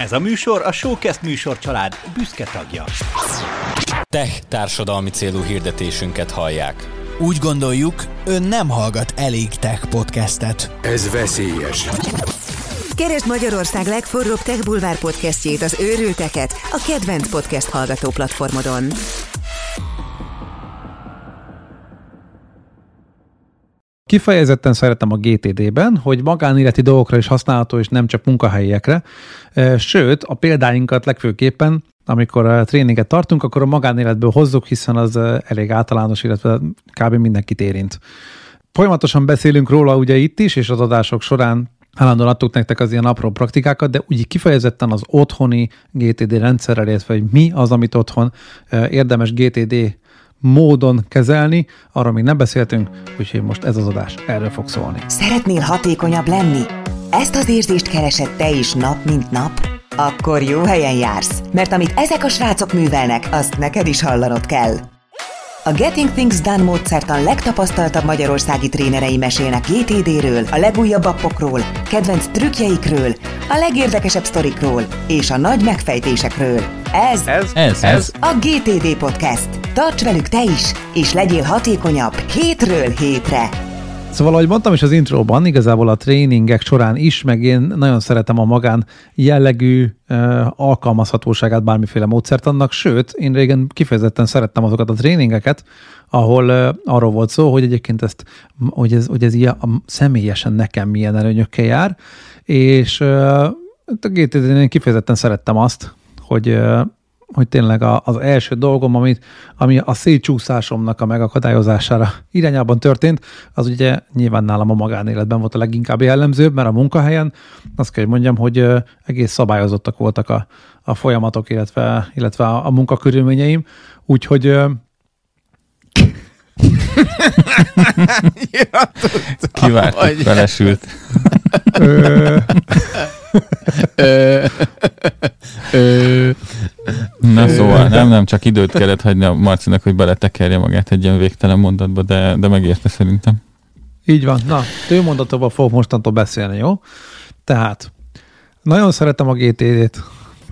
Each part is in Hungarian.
Ez a műsor a Showcast műsorcsalád büszke tagja. Tech társadalmi célú hirdetésünket hallják. Úgy gondoljuk, ön nem hallgat elég tech podcastet. Ez veszélyes. Keresd Magyarország legforróbb Tech Bulvár podcastjét, az Őrülteket, a kedvenc podcast hallgató platformodon. Kifejezetten szeretem a GTD-ben, hogy magánéleti dolgokra is használható, és nem csak munkahelyiekre. Sőt, a példáinkat legfőképpen, amikor tréninget tartunk, akkor a magánéletből hozzuk, hiszen az elég általános, illetve kb. Mindenkit érint. Folyamatosan beszélünk róla ugye itt is, és az adások során állandóan adtuk nektek az ilyen apró praktikákat, de úgy kifejezetten az otthoni GTD rendszerrel, illetve hogy mi az, amit otthon érdemes GTD módon kezelni, arról még nem beszéltünk, úgyhogy most ez az adás erről fog szólni. Szeretnél hatékonyabb lenni? Ezt az érzést keresed te is nap mint nap? Akkor jó helyen jársz, mert amit ezek a srácok művelnek, azt neked is hallanod kell. A Getting Things Done módszertan legtapasztaltabb magyarországi trénerei mesélnek GTD-ről, a legújabb appokról, kedvenc trükkjeikről, a legérdekesebb sztorikról és a nagy megfejtésekről. Ez a GTD Podcast. Tarts velük te is, és legyél hatékonyabb hétről hétre. Szóval, ahogy mondtam is az intróban, igazából a tréningek során is, meg én nagyon szeretem a magán jellegű alkalmazhatóságát bármiféle módszertannak, sőt, én régen kifejezetten szerettem azokat a tréningeket, ahol arról volt szó, hogy egyébként hogy ez ilyen, személyesen nekem milyen előnyökkel jár, és a GTD-n én kifejezetten szerettem azt, hogy tényleg az első dolgom, ami a szétcsúszásomnak a megakadályozására irányában történt, az ugye nyilván nálam a magánéletben volt a leginkább jellemzőbb, mert a munkahelyen azt kell, hogy mondjam, hogy egész szabályozottak voltak a folyamatok, illetve a munkakörülményeim, úgyhogy Kivártuk, felesült. Na szóval, nem, csak időt kellett hagyni a Marcinak, hogy beletekerje magát egy ilyen végtelen mondatba, de megérte szerintem. Így van. Na, mondatokban fogok mostantól beszélni, jó? Tehát, nagyon szeretem a GTD-t.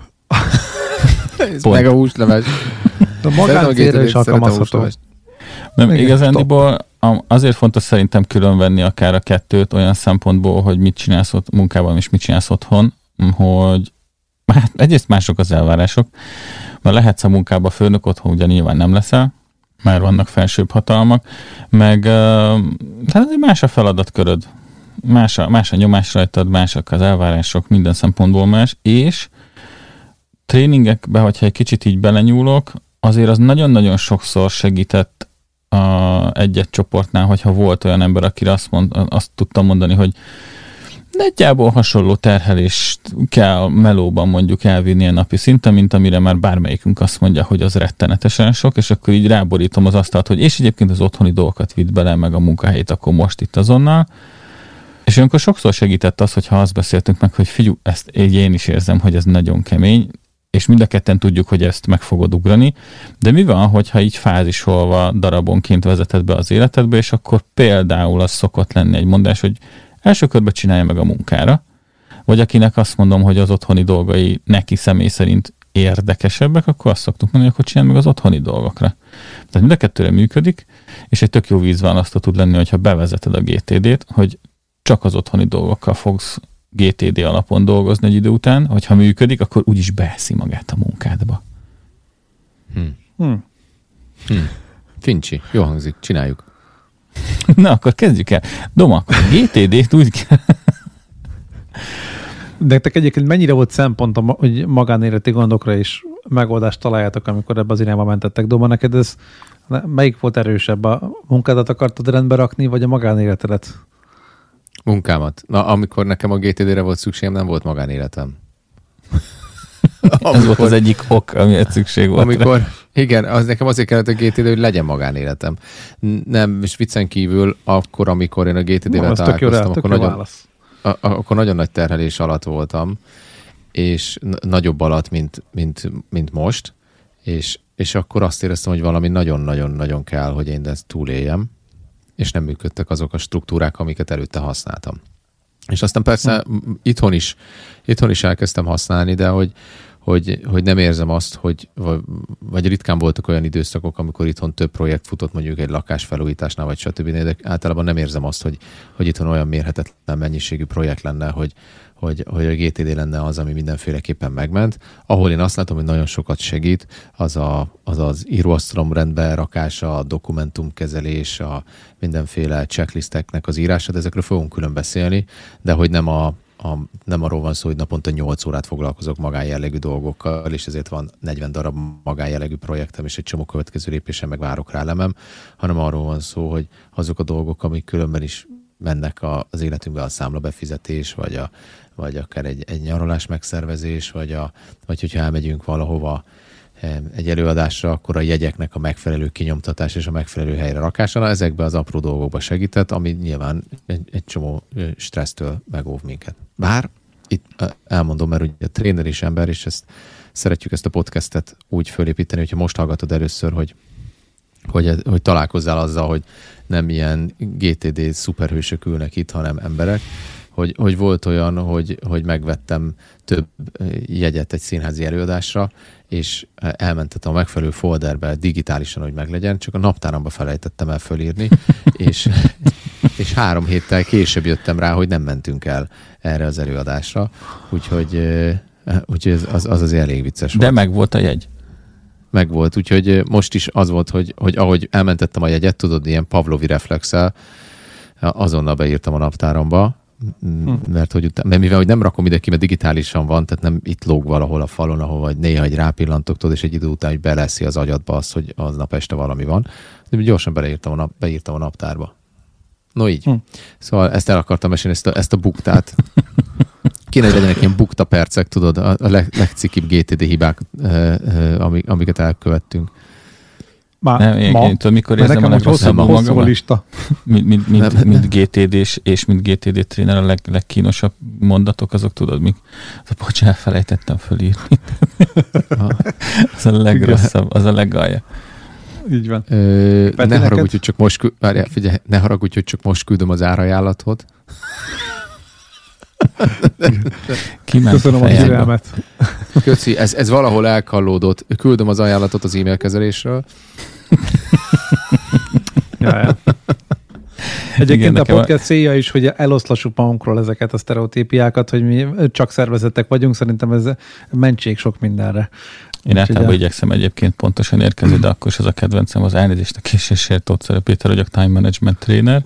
Ez meg a húsleves. A magáncélra is alkalmazható. Nem, igazándiból azért fontos szerintem különvenni akár a kettőt olyan szempontból, hogy mit csinálsz ott munkában és mit csinálsz otthon, hogy hát egyrészt mások az elvárások, mert lehetsz a munkába főnök, otthon ugye nyilván nem leszel, már vannak felsőbb hatalmak, meg hát más a feladatköröd, más a nyomás rajtad, másak az elvárások, minden szempontból más, és tréningekbe, hogyha egy kicsit így belenyúlok, azért az nagyon-nagyon sokszor segített egy-egy csoportnál, hogyha volt olyan ember, akire azt tudtam mondani, hogy nagyjából hasonló terhelést kell melóban mondjuk elvinni a napi szinten, mint amire már bármelyikünk azt mondja, hogy az rettenetesen sok, és akkor így ráborítom az asztalt, hogy és egyébként az otthoni dolgokat vidd bele, meg a munkahelyét akkor most itt azonnal. És olyankor sokszor segített az, hogyha azt beszéltünk meg, hogy figyelj, ezt én is érzem, hogy ez nagyon kemény, és mind a ketten tudjuk, hogy ezt meg fogod ugrani, de mi van, hogyha így fázisolva darabonként vezeted be az életedbe, és akkor például az szokott lenni egy mondás, hogy első körben csinálja meg a munkára, vagy akinek azt mondom, hogy az otthoni dolgai neki személy szerint érdekesebbek, akkor azt szoktuk mondani, hogy akkor csinálj meg az otthoni dolgokra. Tehát mind a kettőre működik, és egy tök jó vízválasztó tud lenni, hogyha bevezeted a GTD-t, hogy csak az otthoni dolgokkal fogsz GTD alapon dolgozni egy idő után, hogyha működik, akkor úgyis beeszi magát a munkádba. Fincsi, jó hangzik, csináljuk. Na, akkor kezdjük el. Doma, akkor GTD-t úgy kell. De nektek egyébként mennyire volt szempont, hogy magánéleti gondokra is megoldást találjátok, amikor ebbe az irányba mentettek? Doma, neked ez melyik volt erősebb? A munkádat akartad rendbe rakni, vagy a magánéletedet? Munkámat. Na, amikor nekem a GTD-re volt szükségem, nem volt magánéletem. Ez volt az egyik ok, amiért szükség volt. Igen, az nekem azért kellett a GTD, hogy legyen magánéletem. Nem, és viccen kívül, amikor én a GTD-vel találkoztam, akkor nagyon nagy terhelés alatt voltam, és nagyobb alatt, mint most, és akkor azt éreztem, hogy valami nagyon-nagyon-nagyon kell, hogy én ezt túléljem, és nem működtek azok a struktúrák, amiket előtte használtam. És aztán persze itthon is elkezdtem használni, de hogy nem érzem azt, vagy ritkán voltak olyan időszakok, amikor itthon több projekt futott, mondjuk egy lakásfelújításnál, vagy stb. De általában nem érzem azt, hogy itthon olyan mérhetetlen mennyiségű projekt lenne, hogy a GTD lenne az, ami mindenféleképpen megment. Ahol én azt látom, hogy nagyon sokat segít, az íróasztalom rendbe rakása, a dokumentumkezelés, a mindenféle checklisteknek az írása, de ezekről fogunk külön beszélni, de hogy nem arról van szó, hogy naponta 8 órát foglalkozok magánjellegű dolgokkal, és ezért van 40 darab magánjellegű projektem, és egy csomó következő lépésen meg várok rá lemem, hanem arról van szó, hogy azok a dolgok, amik különben is mennek az életünkbe, a számlabefizetés, vagy akár egy nyaralás megszervezés, vagy hogyha elmegyünk valahova egy előadásra, akkor a jegyeknek a megfelelő kinyomtatás és a megfelelő helyre rakása, ezekbe az apró dolgokba segített, ami nyilván egy csomó stressztől megóv minket. Bár itt elmondom, mert ugye a tréner is ember, és szeretjük ezt a podcastet úgy fölépíteni, hogyha most hallgatod először, hogy találkozzál azzal, hogy nem ilyen GTD szuperhősök ülnek itt, hanem emberek, hogy volt olyan, hogy megvettem több jegyet egy színházi előadásra, és elmentettem a megfelelő folderbe digitálisan, hogy meglegyen, csak a naptáramba felejtettem el fölírni, és 3 héttel később jöttem rá, hogy nem mentünk el erre az előadásra, úgyhogy az azért elég vicces volt. De meg volt a jegy. Megvolt, úgyhogy most is az volt, hogy ahogy elmentettem a jegyet, tudod, ilyen Pavlovi reflexel, azonnal beírtam a naptáramba, mert mivel hogy nem rakom ide ki, mert digitálisan van, tehát nem itt lóg valahol a falon, ahol vagy néha egy rápillantok, tudod, és egy idő után beleszi az agyadba azt, hogy aznap este valami van. De gyorsan beírtam a naptárba. No így. Szóval ezt el akartam mesélni, ezt a buktát. Kéne, hogy legyenek ilyen bukta percek, tudod, a legcikibb GTD hibák, amiket elkövettünk. Én tudom, mikor érzem a legrosszabb magamat, mint GTD-s és mint GTD tréner a legkínosabb mondatok, azok tudod, mik? Bocs, elfelejtettem fölírni. Az a legrosszabb, az a legalja. Így van. Ne haragudj, hogy csak most küldöm az árajánlatot. Köszönöm a türelmet. Köszi, ez valahol elkallódott. Küldöm az ajánlatot az e-mail kezelésről. Jaja. Egyébként a podcast célja is, hogy eloszlassuk magunkról ezeket a sztereotípiákat, hogy mi csak szervezetek vagyunk, szerintem ez mentség sok mindenre. Én általában igyekszem egyébként pontosan érkezni, de akkor is az a kedvencem, az elnézést a késésért, Tóth Péter vagyok, time management trainer.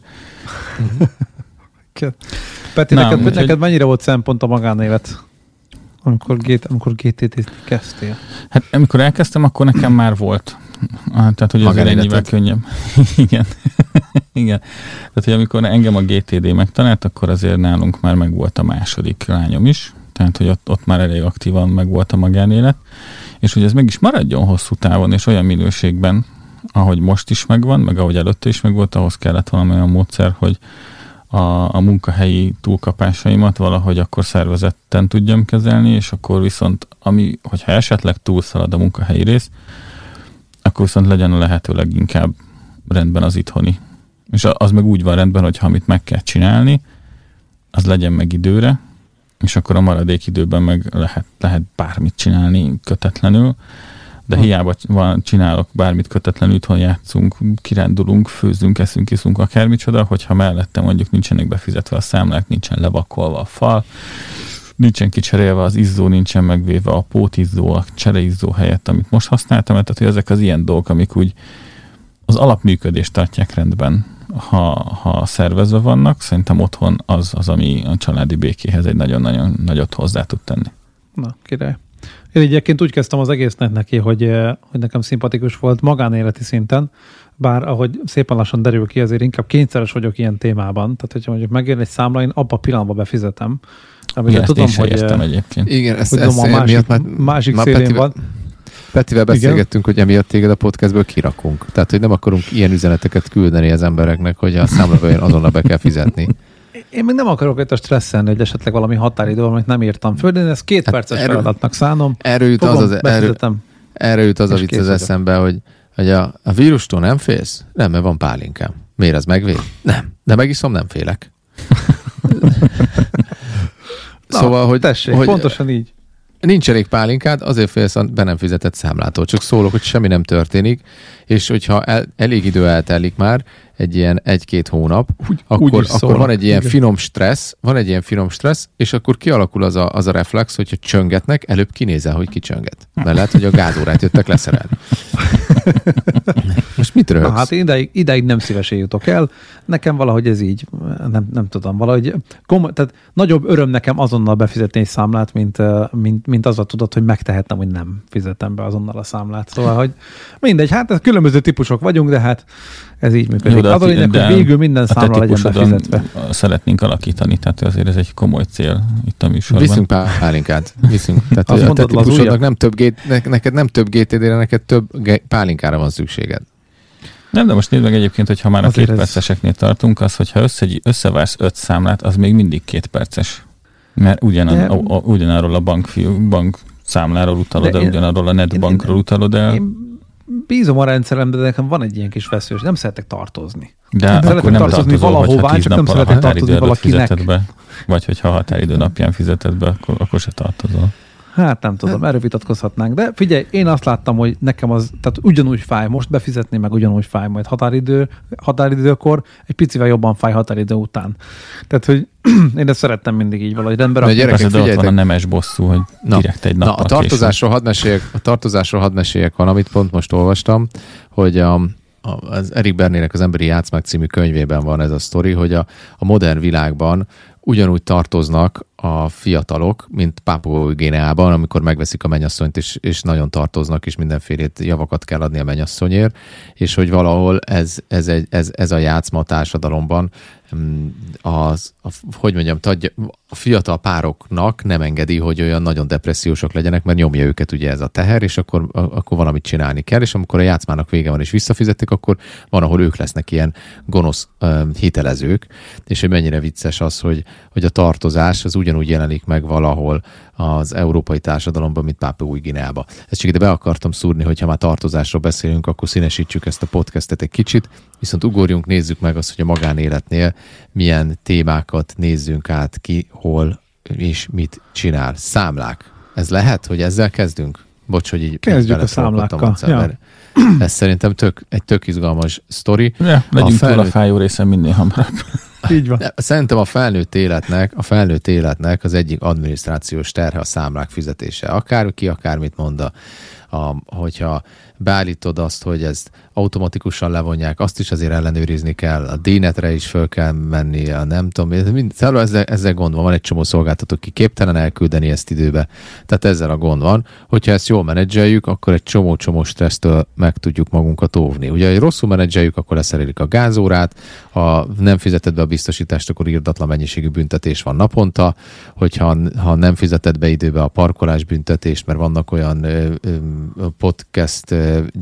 Peti, neked mennyire volt szempont a magánélet, amikor GTD-t kezdtél? Hát amikor elkezdtem, akkor nekem már volt. Tehát, hogy azért ennyivel könnyebb. Igen. Igen. Tehát, hogy amikor engem a GTD megtalált, akkor azért nálunk már megvolt a második lányom is. Tehát, hogy ott már elég aktívan megvolt a magánélet. És hogy ez meg is maradjon hosszú távon, és olyan minőségben, ahogy most is megvan, meg ahogy előtte is megvolt, ahhoz kellett valami olyan módszer, hogy a munkahelyi túlkapásaimat valahogy akkor szervezetten tudjam kezelni, és akkor viszont, hogyha esetleg túlszalad a munkahelyi rész, akkor viszont legyen a lehető leginkább rendben az itthoni. És az meg úgy van rendben, hogy ha amit meg kell csinálni, az legyen meg időre, és akkor a maradék időben meg lehet bármit csinálni kötetlenül, de hiába csinálok bármit kötetlenül, itthon játszunk, kirándulunk, főzünk, eszünk, iszunk, akármicsoda, hogyha mellette mondjuk nincsenek befizetve a számlák, nincsen levakolva a fal, nincsen kicserélve az izzó, nincsen megvéve a pótizzó, a csereizzó helyett, amit most használtam, tehát hogy ezek az ilyen dolgok, amik úgy az alapműködést tartják rendben, ha szervezve vannak, szerintem otthon az, ami a családi békéhez egy nagyon-nagyon nagyot hozzá tud tenni. Na, király. Én egyébként úgy kezdtem az egésznek neki, hogy nekem szimpatikus volt magánéleti szinten, bár ahogy szépen lassan derül ki, azért inkább kényszeres vagyok ilyen témában. Tehát, hogyha mondjuk megér egy számla, én abba a pillanatban befizetem. Igen, ezt tudom, hogy értem egyébként. Igen, ezt a másik szélén van. Petivel beszélgettünk, hogy emiatt téged a podcastből kirakunk. Tehát, hogy nem akarunk ilyen üzeneteket küldeni az embereknek, hogy a számla azonnal be kell fizetni. Én még nem akarok itt a stresszelni, hogy esetleg valami határidő, amit nem írtam föl, de én ezt 2 perces feladatnak szánom. Erről jut az a vicc az eszembe, hogy a vírustól nem félsz? Nem, mert van pálinkám. Miért az megvéd? Nem. De megiszom, nem félek. Szóval, hogy... Tessék, hogy pontosan így. Nincs elég pálinkád, azért félsz a be nem fizetett számlától. Csak szólok, hogy semmi nem történik, és hogyha elég idő eltelik már, egy ilyen 1-2 hónap, akkor van egy ilyen finom stressz, és akkor kialakul az a reflex, hogyha csöngetnek, előbb kinézel, hogy ki csönget. Mert lehet, hogy a gázórát jöttek leszerelni. Most mit röhögsz? Hát ideig nem szívesen jutok el. Nekem valahogy ez így, nem tudom, valahogy tehát nagyobb öröm nekem azonnal befizetni egy számlát, mint az a tudat, hogy megtehetnem, hogy nem fizetem be azonnal a számlát. Szóval, hogy mindegy, hát különböző típusok vagyunk, de hát ez így működik. Az a lényeg, hogy végül minden számla legyen befizetve. Szeretnénk alakítani, tehát azért ez egy komoly cél itt a műsorban. Viszünk pálinkát. Tehát a te típusodnak neked nem több GTD-re, neked több pálinkára van szükséged. Nem, de most nézd meg egyébként, hogyha már azért a 2 perceseknél tartunk, az, hogyha összevársz 5 számlát, az még mindig 2 perces. Mert ugyanarról a bank számláról utalod, de ugyanarról a netbankról utalod el. Bízom a rendszeremben, de nekem van egy ilyen kis feszülés. Nem szeretek tartozni. De akkor nem tartozol, valahová, hogyha 10 csak nem szeretek tartozni valakinek. Be, vagy hogyha határidő napján fizeted be, akkor se tartozol. Hát nem tudom, erről vitatkozhatnánk. De figyelj, én azt láttam, hogy nekem az, tehát ugyanúgy fáj most befizetni, meg ugyanúgy fáj majd határidőkor, egy picivel jobban fáj határidő után. Tehát, hogy én ezt szerettem mindig így valahogy rendben rakni. Gyerekek, de ott van a nemes bosszú, hogy direkt egy nappal később. A tartozásról hadd meséljek valamit, pont most olvastam, hogy az Eric Bernének az Emberi Játszmák című könyvében van ez a sztori, hogy a modern világban ugyanúgy tartoznak a fiatalok, mint Pápua Új-Guineában, amikor megveszik a mennyasszonyt, és nagyon tartoznak, és mindenfélét javakat kell adni a mennyasszonyért, és hogy valahol ez a játszma a társadalomban hogy mondjam, a fiatal pároknak nem engedi, hogy olyan nagyon depressziósok legyenek, mert nyomja őket ugye ez a teher, és akkor valamit csinálni kell, és amikor a játszmának vége van és visszafizetik, akkor van, ahol ők lesznek ilyen gonosz hitelezők, és hogy mennyire vicces az, hogy a tartozás az ugyanúgy jelenik meg valahol az európai társadalomban, mint Pápua Új-Guineában. Ezt csak ide be akartam szúrni, hogyha már tartozásról beszélünk, akkor színesítsük ezt a podcastet egy kicsit, viszont ugorjunk, nézzük meg azt, hogy a magánéletnél milyen témákat nézzünk át, ki, hol és mit csinál. Számlák. Ez lehet, hogy ezzel kezdünk? Bocs, hogy így kezdjük a számlákkal. Ja. Ez szerintem egy tök izgalmas sztori. Ja, megyünk túl a fájó részen minél hamarabb. Így van. Szerintem a felnőtt életnek az egyik adminisztrációs terhe a számlák fizetése. Akárki, akármit mond, hogyha beállítod azt, hogy ezt automatikusan levonják, azt is azért ellenőrizni kell, a D-netre is föl kell menni, nem tudom, ezzel gond van egy csomó szolgáltató, ki képtelen elküldeni ezt időbe. Tehát ezzel a gond van. Hogyha ezt jól menedzseljük, akkor egy csomó stressztől meg tudjuk magunkat óvni. Ugye, ha rosszul menedzseljük, akkor leszerelik a gázórát, ha nem fizeted be a biztosítást, akkor irdatlan mennyiségű büntetés van naponta, hogyha nem fizeted be időbe a parkolás büntetést, mert vannak olyan podcast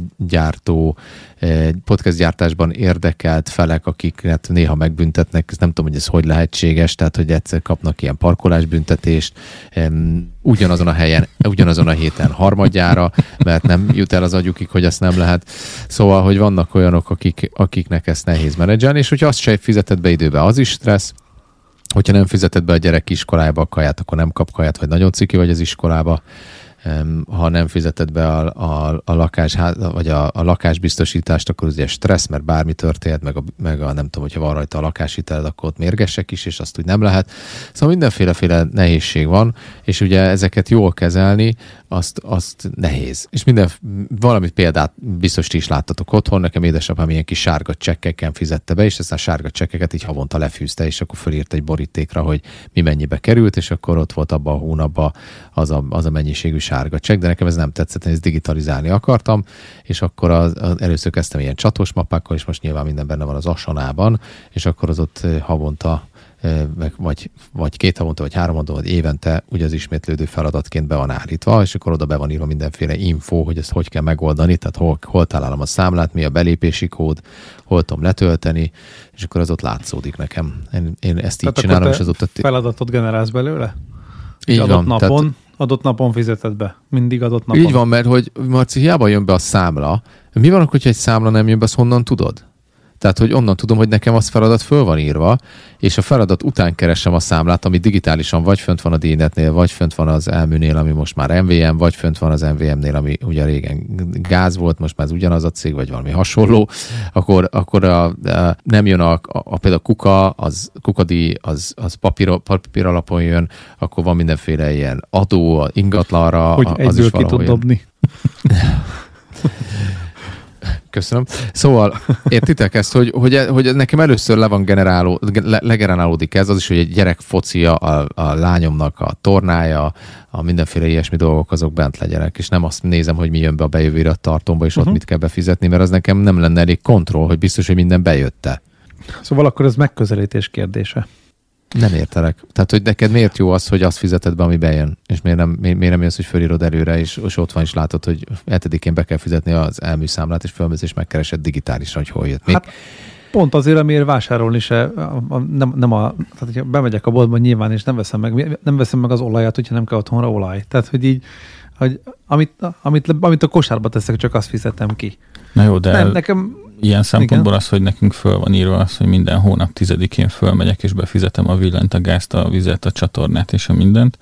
gyártásban érdekelt felek, akiket néha megbüntetnek, nem tudom, hogy ez hogy lehetséges, tehát, hogy egyszer kapnak ilyen parkolásbüntetést, ugyanazon a helyen, ugyanazon a héten harmadjára, mert nem jut el az agyukig, hogy ezt nem lehet. Szóval, hogy vannak olyanok, akiknek ezt nehéz menedzselni, és hogyha azt se fizeted be időbe, az is stressz. Hogyha nem fizeted be a gyerek iskolájába a kaját, akkor nem kap kaját, vagy nagyon ciki vagy az iskolába. Ha nem fizeted be a lakásbiztosítást, akkor ugye stressz, mert bármi történt, meg a nem tudom, hogyha van rajta a lakáshiteled, akkor ott mérgesek is, és azt úgy nem lehet. Szóval mindenféle nehézség van, és ugye ezeket jól kezelni, azt nehéz. És valami példát biztos ti is láttatok otthon, nekem édesapám ilyen kis sárga csekkeken fizette be, és aztán sárga csekkeket így havonta lefűzte, és akkor fölírt egy borítékra, hogy mi mennyibe került, és akkor ott volt abban a hónapban az a mennyiségű sárga csekk, de nekem ez nem tetszett, én ezt digitalizálni akartam, és akkor először kezdtem ilyen csatós mappákkal, és most nyilván minden benne van az Asanában, és akkor az ott havonta vagy 2 havonta, vagy 3 havonta, vagy évente ugye az ismétlődő feladatként be van állítva, és akkor oda be van írva mindenféle info, hogy ezt hogy kell megoldani, tehát hol találom a számlát, mi a belépési kód, hol tudom letölteni, és akkor az ott látszódik nekem. Én ezt így tehát csinálom, és az ott... feladatot generálsz belőle? Így van. Adott napon fizeted be. Mindig adott napon. Így van, mert hogy Marci, hiába jön be a számla. Mi van, hogyha egy számla nem jön be, azt honnan tudod? Tehát, hogy onnan tudom, hogy nekem az feladat föl van írva, és a feladat után keresem a számlát, ami digitálisan vagy fönt van a D-netnél, vagy fönt van az Elműnél, ami most már MVM, vagy fönt van az MVM-nél, ami ugye régen gáz volt, most már ez ugyanaz a cég, vagy valami hasonló, akkor nem jön például kukadíj, az papír alapon jön, akkor van mindenféle ilyen adó, ingatlanra, hogy az is valahol tud dobni. Köszönöm. Szóval értitek ezt, hogy nekem először legenerálódik ez, az is, hogy egy gyerek focia, a lányomnak a tornája, a mindenféle ilyesmi dolgok azok bent legyenek, és nem azt nézem, hogy mi jön be a bejövő irattartomba, és ott mit kell befizetni, mert az nekem nem lenne elég kontroll, hogy biztos, hogy minden bejött-e. Szóval akkor ez megközelítés kérdése. Nem értelek. Tehát, hogy neked miért jó az, hogy azt fizeted be, ami bejön, és miért nem jössz, hogy fölírod előre, és ott van, és látod, hogy 7-én be kell fizetni az elműszámlát, és fölmész, és megkeresed digitálisan, hogy hol jött. Hát pont azért, amiért vásárolni se, tehát hogyha bemegyek a boltba nyilván, és nem veszem meg az olajat, hogyha nem kell otthonra olaj. Tehát, hogy így, hogy amit a kosárba teszek, csak azt fizetem ki. Na jó, de nekem ilyen szempontból igen. Az, hogy nekünk föl van írva az, hogy minden hónap 10-én fölmegyek, és befizetem a villanyt, a gázt, a vizet, a csatornát és a mindent,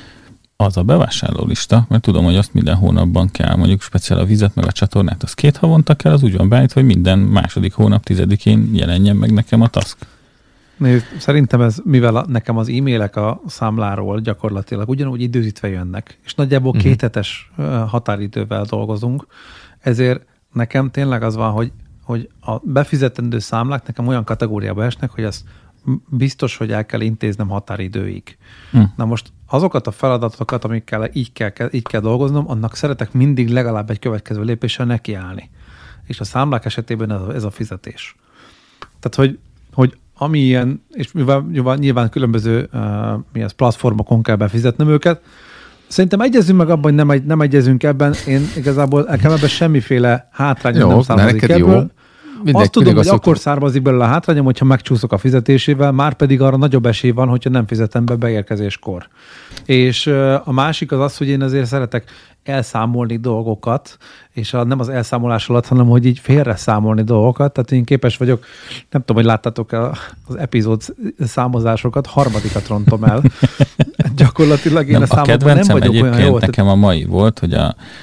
az a bevásárlólista, mert tudom, hogy azt minden hónapban kell, mondjuk speciál a vizet, meg a csatornát, az 2 havonta kell, az úgy van beállítva, hogy minden második hónap 10-én jelenjen meg nekem a task. Nézd, szerintem ez, mivel nekem az e-mailek a számláról gyakorlatilag ugyanúgy időzítve jönnek, és nagyjából 2 hetes határidővel dolgozunk, ezért nekem tényleg az van, hogy a befizetendő számlák nekem olyan kategóriába esnek, hogy ezt biztos, hogy el kell intéznem határidőig. Na most azokat a feladatokat, amikkel így kell dolgoznom, annak szeretek mindig legalább egy következő lépéssel nekiállni. És a számlák esetében ez a fizetés. Tehát, hogy ami ilyen, és mivel nyilván különböző platformokon kell befizetnem őket, szerintem egyezünk meg abban, hogy nem egyezünk ebben. Én igazából nekem ebben semmiféle hátrányom nem származik ebből. Azt tudom, hogy akkor származik belőle a hátrányom, hogyha megcsúszok a fizetésével, már pedig arra nagyobb esély van, hogyha nem fizetem be beérkezéskor. És a másik az, hogy én azért szeretek elszámolni dolgokat, és nem az elszámolás alatt, hanem hogy így félre számolni dolgokat. Tehát én képes vagyok, nem tudom, hogy láttátok az epizód számozásokat, 3-at rontom el. Gyakorlatilag én a számokban nem vagyok olyan jó. Nekem a mai volt, hogy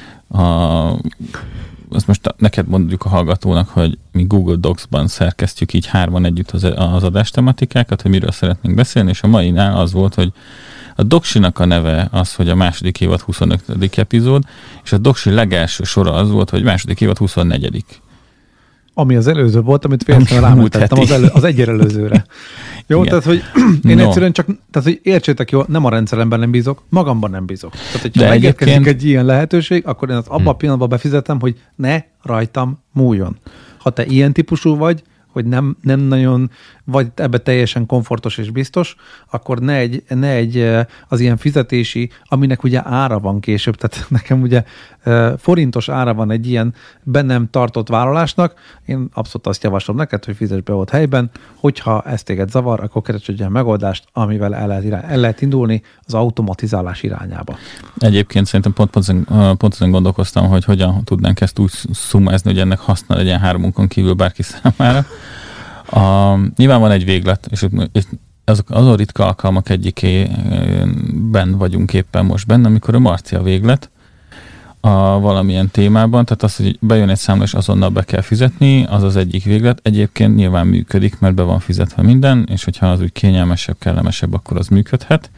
azt most neked mondjuk a hallgatónak, hogy mi Google Docs-ban szerkesztjük így 3 együtt az adástematikákat, hogy miről szeretnénk beszélni, és a mainál az volt, hogy a Doksinak a neve az, hogy a második évad 25. epizód, és a Doksi legelső sora az volt, hogy második évad 24. Ami az előző volt, amit féltem rámutattam az egyelőzőre. Jó, igen. Tehát, hogy én egyszerűen csak, tehát, hogy értsétek jól, nem a rendszeremben nem bízok, magamban nem bízok. Tehát, hogyha megérkezik egy ilyen lehetőség, akkor én az abban a pillanatban befizetem, hogy ne rajtam múljon. Ha te ilyen típusú vagy, hogy nem nagyon vagy ebbe teljesen komfortos és biztos, akkor ne egy az ilyen fizetési, aminek ugye ára van később, tehát nekem ugye forintos ára van egy ilyen bennem tartott vállalásnak, én abszolút azt javaslom neked, hogy fizess be ott helyben, hogyha ez téged zavar, akkor keresd egy olyan megoldást, amivel el lehet indulni az automatizálás irányába. Egyébként szerintem pont azon gondolkoztam, hogy hogyan tudnánk ezt úgy szumázni, hogy ennek haszna legyen 3 kívül bárki számára. Nyilván van egy véglet, és azon ritka alkalmak egyikében vagyunk éppen most benne, amikor a Marci a véglet valamilyen témában, tehát az, hogy bejön egy számla, és azonnal be kell fizetni, az az egyik véglet. Egyébként nyilván működik, mert be van fizetve minden, és hogyha az úgy kényelmesebb, kellemesebb, akkor az működhet.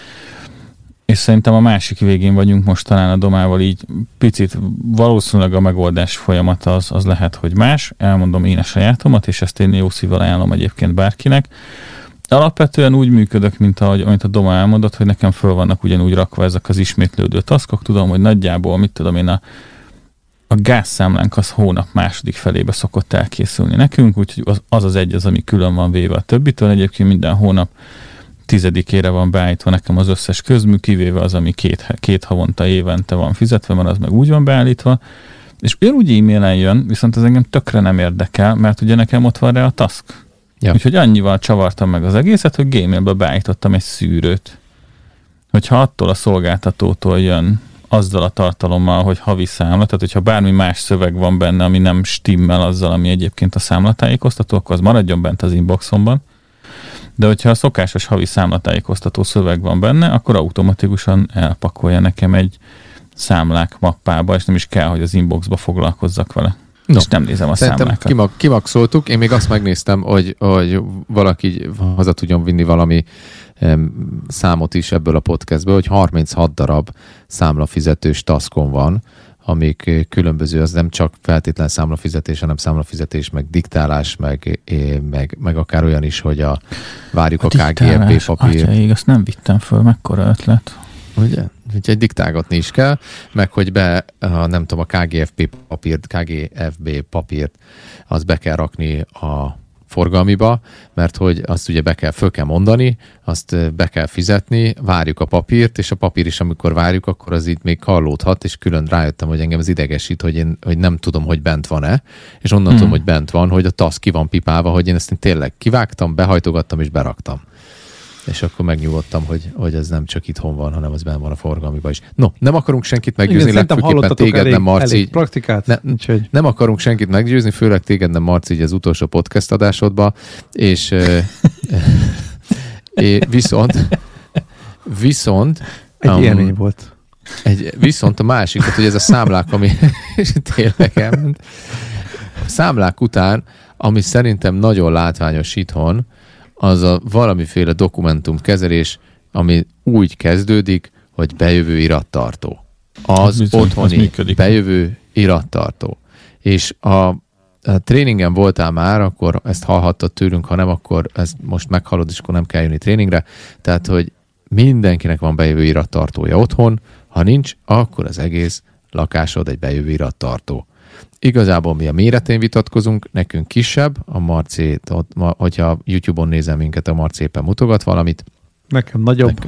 És szerintem a másik végén vagyunk most talán a Domával így picit, valószínűleg a megoldás folyamat az lehet, hogy más. Elmondom én a sajátomat, és ezt én jó szívvel ajánlom egyébként bárkinek. Alapvetően úgy működök, mint amit a Doma elmondott, hogy nekem föl vannak ugyanúgy rakva ezek az ismétlődő taskok. Tudom, hogy nagyjából, mit tudom én, a gázszámlánk az hónap második felébe szokott elkészülni nekünk, úgyhogy az egy, ami külön van véve a többitől. Egyébként minden hónap 10-ére van beállítva nekem az összes közmű, kivéve az, ami két havonta, évente van fizetve, mert az meg úgy van beállítva, és ugyanúgy e-mailen jön, viszont ez engem tökre nem érdekel, mert ugye nekem ott van rá a task. Ja. Úgyhogy annyival csavartam meg az egészet, hogy Gmailbe beállítottam egy szűrőt. Hogyha attól a szolgáltatótól jön azzal a tartalommal, hogy havi számla, tehát hogyha bármi más szöveg van benne, ami nem stimmel azzal, ami egyébként a számlatájékoztató, akkor az maradjon bent az inboxomban. De hogyha a szokásos havi számlatájékoztató szöveg van benne, akkor automatikusan elpakolja nekem egy számlák mappába, és nem is kell, hogy az inboxba foglalkozzak vele. No. És nem nézem a számlákat. Kimaxoltuk, én még azt megnéztem, hogy valaki haza tudjon vinni valami számot is ebből a podcastből, hogy 36 darab számlafizetős taskon van, amik különböző, az nem csak feltétlen számlafizetés, hanem számlafizetés, meg diktálás, meg akár olyan is, hogy várjuk a KGFB papír. Atyaig, azt nem vittem föl, mekkora ötlet. Ugye? Úgyhogy diktálgatni is kell, meg hogy nem tudom, a KGFB papírt, azt be kell rakni a forgalmiba, mert hogy azt ugye föl kell mondani, azt be kell fizetni, várjuk a papírt, és a papír is, amikor várjuk, akkor az itt még kallódhat, és külön rájöttem, hogy engem az idegesít, hogy nem tudom, hogy bent van-e, és onnan tudom, hogy bent van, hogy a task ki van pipálva, hogy én ezt tényleg kivágtam, behajtogattam és beraktam. És akkor megnyugodtam, hogy ez nem csak itthon van, hanem az benne van a forgalmiban is. No, nem akarunk senkit meggyőzni, legfőképpen téged nem, Marci. Nem akarunk senkit meggyőzni, főleg téged nem, Marci, így az utolsó podcast adásodba, és viszont egy élmény volt. Viszont a másik, hogy ez a számlák, ami tényleg elment. A számlák után, ami szerintem nagyon látványos itthon, az a valamiféle dokumentumkezelés, ami úgy kezdődik, hogy bejövő irattartó. Az otthoni bejövő irattartó. És a tréningen voltál már, akkor ezt hallhattad tőlünk, ha nem, akkor ezt most meghallod, és akkor nem kell jönni tréningre. Tehát, hogy mindenkinek van bejövő irattartója otthon, ha nincs, akkor az egész lakásod egy bejövő irattartó. Igazából mi a méretén vitatkozunk, nekünk kisebb, a Marci, hogyha YouTube-on nézem minket, a Marci éppen mutogat valamit. Nekem nagyobb.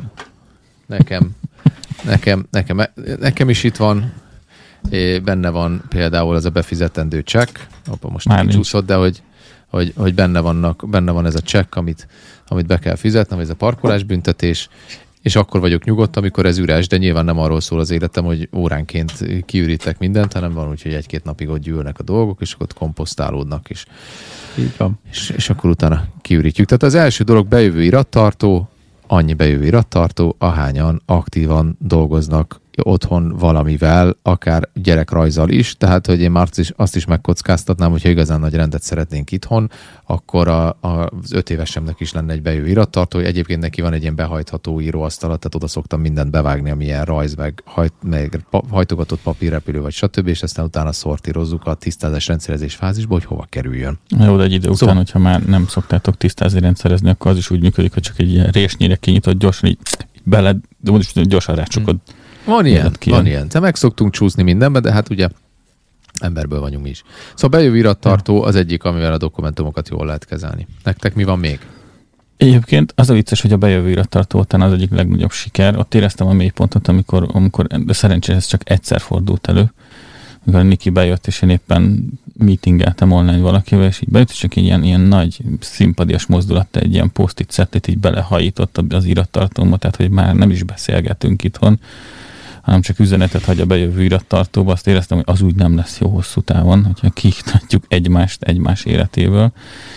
Nekem is itt van, benne van például az a befizetendő csekk, abban most kicsúszott, de hogy benne van ez a csekk, amit be kell fizetnem, ez a parkolásbüntetés, és akkor vagyok nyugodt, amikor ez üres, de nyilván nem arról szól az életem, hogy óránként kiürítek mindent, hanem van úgy, hogy 1-2 napig ott gyűlnek a dolgok, és akkor ott komposztálódnak is. Így van. És akkor utána kiürítjük. Tehát az első dolog bejövő irattartó, annyi bejövő irattartó, ahányan aktívan dolgoznak otthon valamivel, akár gyerekrajzzal is, tehát hogy én már azt is megkockáztatnám, hogyha igazán nagy rendet szeretnénk itthon, akkor az 5 évesemnek is lenne egy bejövő irattartó, egyébként neki van egy ilyen behajtható íróasztala, tehát oda szoktam mindent bevágni, amilyen rajz, meg hajtogatott papírrepülő, vagy stb., és aztán utána szortírozzuk a tisztázás rendszerezés fázisba, hogy hova kerüljön. Jó, de egy idő után, hogyha már nem szoktátok tisztázni, rendszerezni, akkor az is úgy működik, hogy csak egy ilyen résnyire kinyitott, gyorsan így bele, de gyorsan rácsukod. Van ilyen. Te meg szoktunk csúszni mindenbe, de hát ugye emberből vagyunk mi is. Szóval bejövő irattartó az egyik, amivel a dokumentumokat jól lehet kezelni. Nektek mi van még? Egyébként az a vicces, hogy a bejövő irattartó után az egyik legnagyobb siker. Ott éreztem a mélypontot, amikor de szerencsére ez csak egyszer fordult elő. Amikor Niki bejött, és én éppen meetingeltem online valakivel, és így bejött, és csak ilyen nagy szimpadias mozdulattal egy ilyen post-it szetét így belehajított az irattartóba, tehát hogy már nem is beszélgetünk itthon, hanem csak üzenetet hagy a bejövő irattartóba. Azt éreztem, hogy az úgy nem lesz jó hosszú távon, hogyha kiiktatjuk egymást egymás életéből.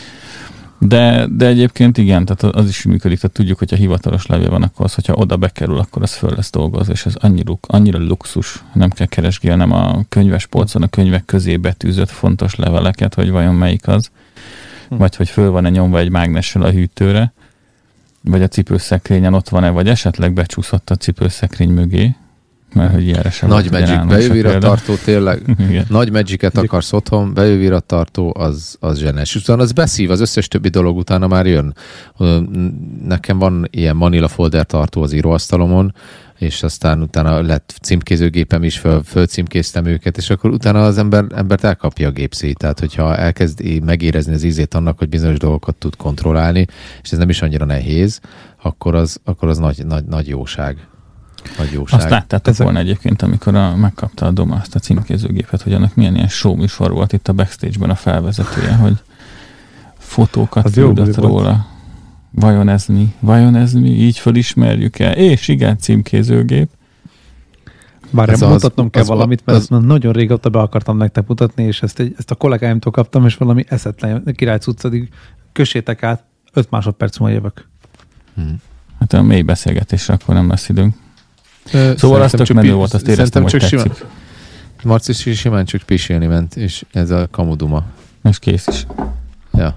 De egyébként igen, tehát az is működik, tehát tudjuk, hogyha hivatalos levél van, akkor az, hogyha oda bekerül, akkor az föl lesz dolgozva, és ez annyira luxus, nem kell keresgélnem a könyves polcon, a könyvek közé betűzött fontos leveleket, hogy vajon melyik az, vagy hogy föl van-e nyomva egy mágnessel a hűtőre, vagy a cipőszekrényen ott van-e, vagy esetleg becsúszott a cipőszekrény mögé, mert hogy ilyenre sem nagy magic, bejövő irattartó, tényleg. Nagy magicet akarsz otthon, bejövő irattartó, az zsenes. Utána az beszív, az összes többi dolog utána már jön. Nekem van ilyen Manila folder tartó az íróasztalomon, és aztán utána lett címkézőgépem is, fölcímkéztem őket, és akkor utána az embert elkapja a gépszíj. Tehát, hogyha elkezd megérezni az ízét annak, hogy bizonyos dolgokat tud kontrollálni, és ez nem is annyira nehéz, akkor az nagy jóság. Azt láttátok volna egyébként, amikor megkapta a Doma azt a címkézőgépet, hogy annak milyen ilyen show műsor volt itt a backstage-ben a felvezetője, hogy fotókat küldött róla. Vajon ez mi? Így fölismerjük el? És igen, címkézőgép. Bár mutatnom kell valamit, mert ezt nagyon régóta be akartam nektek mutatni, és ezt a kollégáimtól kaptam, és valami eszetlen királycucc, addig kössétek át, 5 másodperc múlva jövök. Hát a mély beszélgetésre akkor nem lesz időnk. Szóval az tök menő volt, azt éreztem, hogy tetszik. Marci simán csak pisilni ment, és ez a kamuduma. És kész is. Ja.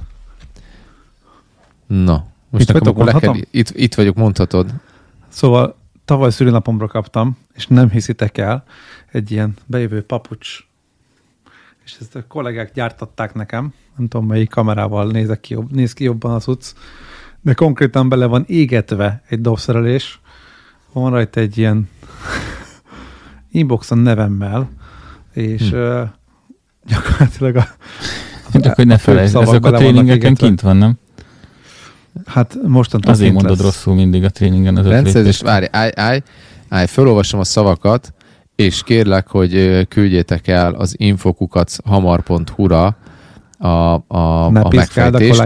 Na, most akkor itt vagyok, mondhatod. Szóval tavaly szülinapomra kaptam, és nem hiszitek el, egy ilyen bejövő papucs. És ezt a kollégák gyártatták nekem, nem tudom melyik kamerával néz ki jobban az utc, de konkrétan bele van égetve egy dobszerelés, van rajta egy ilyen inboxon nevemmel, és gyakorlatilag csak hogy ne felejtsd, ezek a tréningeken kint van, nem? Hát mostantól azért mondod lesz. Rosszul mindig a tréningen az rendszerzés, várj, állj, felolvasom a szavakat, és kérlek, hogy küldjétek el az infokukachamar.hu-ra a megfejtést.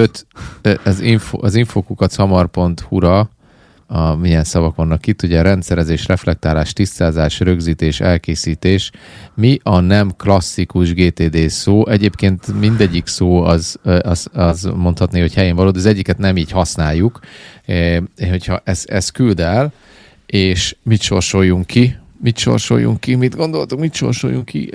Az infokukachamar.hu-ra milyen szavak vannak itt, ugye rendszerezés, reflektálás, tisztázás, rögzítés, elkészítés. Mi a nem klasszikus GTD szó? Egyébként mindegyik szó az mondhatné, hogy helyén való, de az egyiket nem így használjuk. Hogyha ezt küld el, és mit sorsoljunk ki? Mit gondoltok? Mit sorsoljunk ki?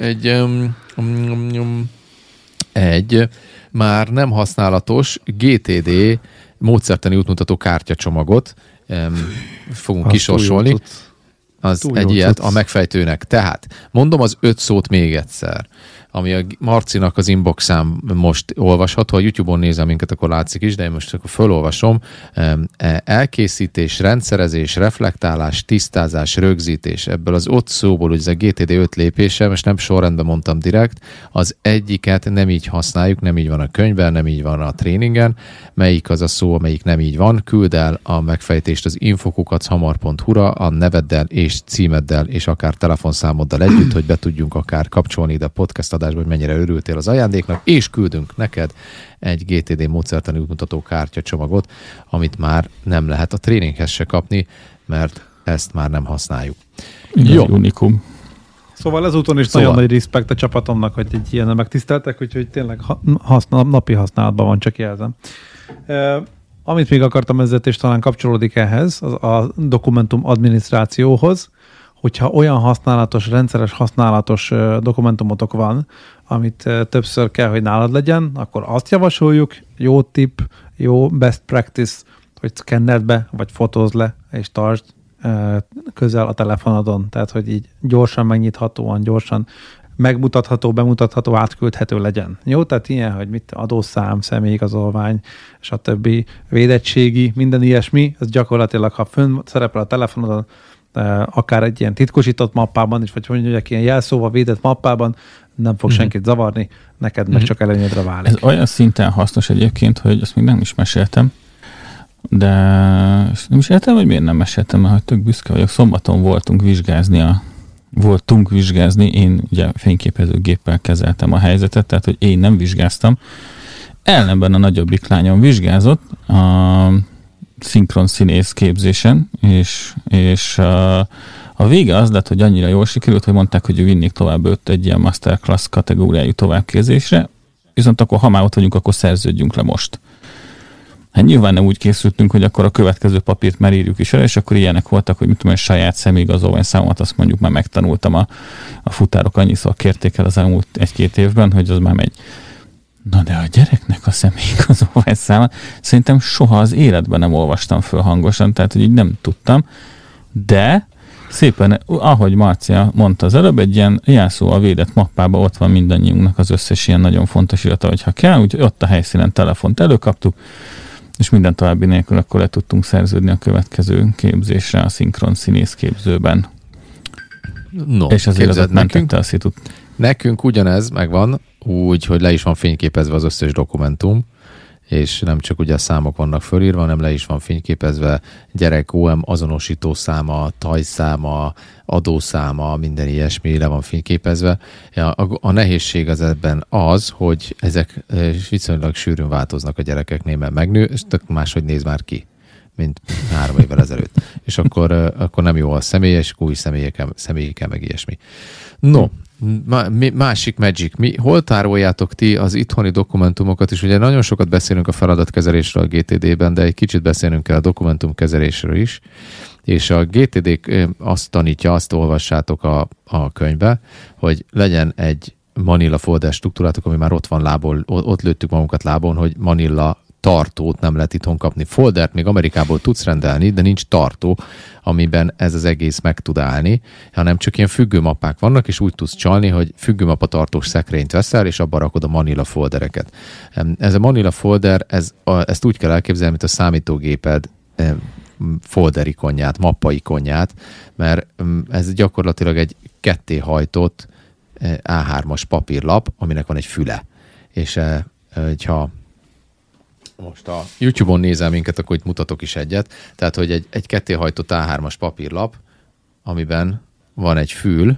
Egy már nem használatos GTD módszertani útmutató kártyacsomagot fogunk kisorsolni. Az egy ilyet a megfejtőnek. Tehát mondom az 5 szót még egyszer, ami a Marcinak az inboxán most olvasható. Ha YouTube-on nézem minket, akkor látszik is, de én most akkor felolvasom. Elkészítés, rendszerezés, reflektálás, tisztázás, rögzítés. Ebből az 5 szóból, ugye ez a GTD 5 lépése, most nem sorrendben mondtam direkt, az egyiket nem így használjuk, nem így van a könyvben, nem így van a tréningen. Melyik az a szó, amelyik nem így van? Küld el a megfejtést az infokukachamar.hu-ra a neveddel és címeddel, és akár telefonszámoddal együtt, hogy be tudjunk akár kapcsolni ide a podcast adásba, hogy mennyire örültél az ajándéknak, és küldünk neked egy GTD módszertani útmutató kártyacsomagot, amit már nem lehet a tréninghez se kapni, mert ezt már nem használjuk. Jó. Unikum. Szóval ezúton is nagyon nagy respekt a csapatomnak, hogy egy ilyen megtiszteltek, úgyhogy tényleg napi használatban van, csak jelzem. Amit még akartam ezzel, és talán kapcsolódik ehhez, a dokumentum adminisztrációhoz, hogyha olyan használatos, rendszeres használatos dokumentumotok van, amit többször kell, hogy nálad legyen, akkor azt javasoljuk, jó tipp, jó best practice, hogy szkenneld be, vagy fotózd le, és tartsd közel a telefonodon. Tehát, hogy így gyorsan megnyithatóan, gyorsan megmutatható, bemutatható, átküldhető legyen. Jó? Tehát ilyen, hogy adószám, személyigazolvány, stb. Védettségi, minden ilyesmi, ez gyakorlatilag, ha fönn szerepel a telefonodon, akár egy ilyen titkosított mappában is, vagy mondjuk ilyen jelszóval védett mappában, nem fog senkit zavarni, neked meg csak előnyödre válik. Ez olyan szinten hasznos egyébként, hogy azt még nem is meséltem, de nem is értem, hogy miért nem meséltem, mert hogy tök büszke vagyok. Szombaton voltunk vizsgázni, én ugye fényképezőgéppel kezeltem a helyzetet, tehát hogy én nem vizsgáztam. Ellenben a nagyobbik lányom vizsgázott a szinkron színész képzésen, és a vége az lett, hogy annyira jól sikerült, hogy mondták, hogy vinnék tovább őt egy ilyen masterclass kategóriájú továbbképzésre, viszont akkor, ha már ott vagyunk, akkor szerződjünk le most. Hát nyilván nem úgy készültünk, hogy akkor a következő papírt már írjuk is el, és akkor ilyenek voltak, hogy mit tudom, saját személyigazolvány számomat, azt mondjuk már megtanultam, a futárok annyiszor kérték el az elmúlt 1-2 évben, hogy az már megy. Na de a gyereknek a személyigazolvány száma, szerintem soha az életben nem olvastam föl hangosan, tehát hogy így nem tudtam, de szépen, ahogy Marcia mondta az előbb, egy ilyen jelszóval védett mappában ott van mindannyiunknak az összes ilyen nagyon fontos irata, hogyha kell, úgyhogy ott a helyszínen telefont előkaptuk, és minden további nélkül akkor le tudtunk szerződni a következő képzésre a szinkron színész képzőben. No, és azért az mentette a szitut. Nekünk ugyanez megvan, úgy, hogy le is van fényképezve az összes dokumentum, és nem csak ugye a számok vannak fölírva, hanem le is van fényképezve gyerek OM azonosító száma, tajszáma, adószáma, minden ilyesmi le van fényképezve. A nehézség az ebben az, hogy ezek viszonylag sűrűn változnak a gyerekeknél, mert megnő, és tök máshogy néz már ki. mint 3 évvel ezelőtt. És akkor nem jó a személyes, új személyekkel meg ilyesmi. No, másik Magic. Hol tároljátok ti az itthoni dokumentumokat is? Ugye nagyon sokat beszélünk a feladatkezelésről a GTD-ben, de egy kicsit beszélünk kell a dokumentumkezelésről is. És a GTD azt tanítja, azt olvassátok a könyvbe, hogy legyen egy Manila folder struktúrátok, ami már ott van lából, ott lőttük magunkat lábon, hogy Manila tartót nem lehet itthon kapni. Foldert még Amerikából tudsz rendelni, de nincs tartó, amiben ez az egész meg tud állni, hanem csak ilyen függőmappák vannak, és úgy tudsz csalni, hogy függőmappa tartós szekrényt veszel, és abba rakod a Manila foldereket. Ez a Manila folder, ezt úgy kell elképzelni, mint a számítógéped folder ikonját, mappa ikonját, mert ez gyakorlatilag egy kettéhajtott A3-as papírlap, aminek van egy füle. És ha most a YouTube-on nézel minket, akkor itt mutatok is egyet. Tehát, hogy egy kettéhajtott A3-as papírlap, amiben van egy fül.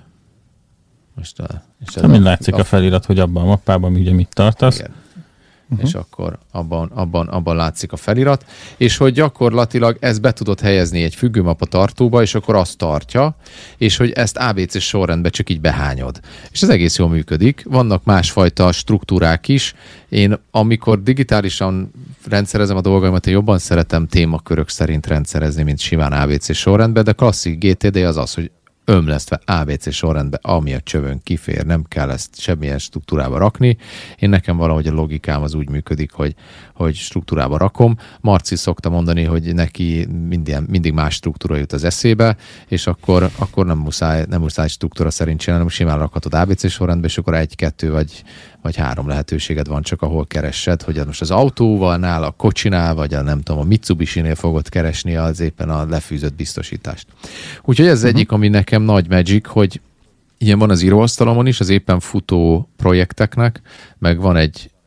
Most mind látszik a felirat, hogy abban a mappában ugye mit tartasz. Igen. És akkor abban látszik a felirat, és hogy gyakorlatilag ezt be tudod helyezni egy függőmappa tartóba, és akkor azt tartja, és hogy ezt ABC sorrendbe csak így behányod. És ez egész jól működik. Vannak másfajta struktúrák is. Én amikor digitálisan rendszerezem a dolgaimat, én jobban szeretem témakörök szerint rendszerezni, mint simán ABC sorrendbe, de klasszik GTD az, hogy ömlesztve ABC sorrendbe, ami a csövön kifér, nem kell ezt semmilyen struktúrába rakni. Nekem valahogy a logikám az úgy működik, hogy struktúrába rakom. Marci szokta mondani, hogy neki mindig más struktúra jut az eszébe, és akkor nem muszáj struktúra szerint csinálni, hanem simán rakhatod ABC sorrendbe, és akkor 1, 2 vagy 3 lehetőséged van csak, ahol keressed, hogy most az autóval, a kocsinál, vagy a Mitsubishi-nél fogod keresni az éppen a lefűzött biztosítást. Úgyhogy ez egyik, ami nekem nagy magic, hogy ilyen van az íróasztalomon is, az éppen futó projekteknek, meg van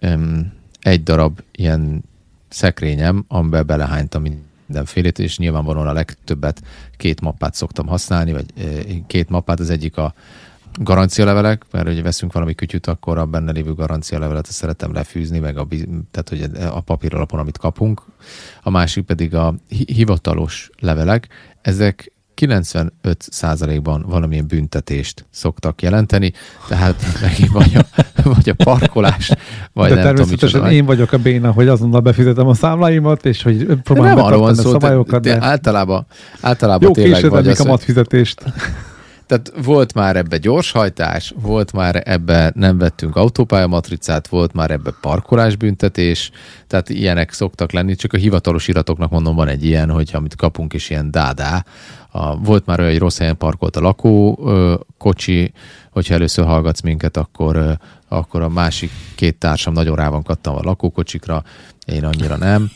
egy darab ilyen szekrényem, amiben belehánytam mindenfélét, és nyilvánvalóan a legtöbbet 2 mappát szoktam használni, vagy 2 mappát, az egyik a garancialevelek, mert hogy veszünk valami kütyüt, akkor a benne lévő garancialevelet szeretem lefűzni, tehát hogy a papír alapon, amit kapunk. A másik pedig a hivatalos levelek. Ezek 95%-ban valamilyen büntetést szoktak jelenteni, tehát megint vagy a parkolás, vagy de nem természetesen tudom, én vagyok a béna, hogy azonnal befizetem a számláimat, és hogy próbálom betartani a szabályokat. De általában jó tényleg vagy a kamatfizetést. Tehát volt már ebbe gyorshajtás, volt már ebbe nem vettünk autópályamatricát, volt már ebbe parkolásbüntetés, tehát ilyenek szoktak lenni, csak a hivatalos iratoknak mondom, van egy ilyen, hogy amit kapunk is ilyen dádá. Volt már olyan, hogy rossz helyen parkolt a lakókocsi, hogyha először hallgatsz minket, akkor a másik 2 társam nagyon rá van kattam a lakókocsikra, én annyira nem.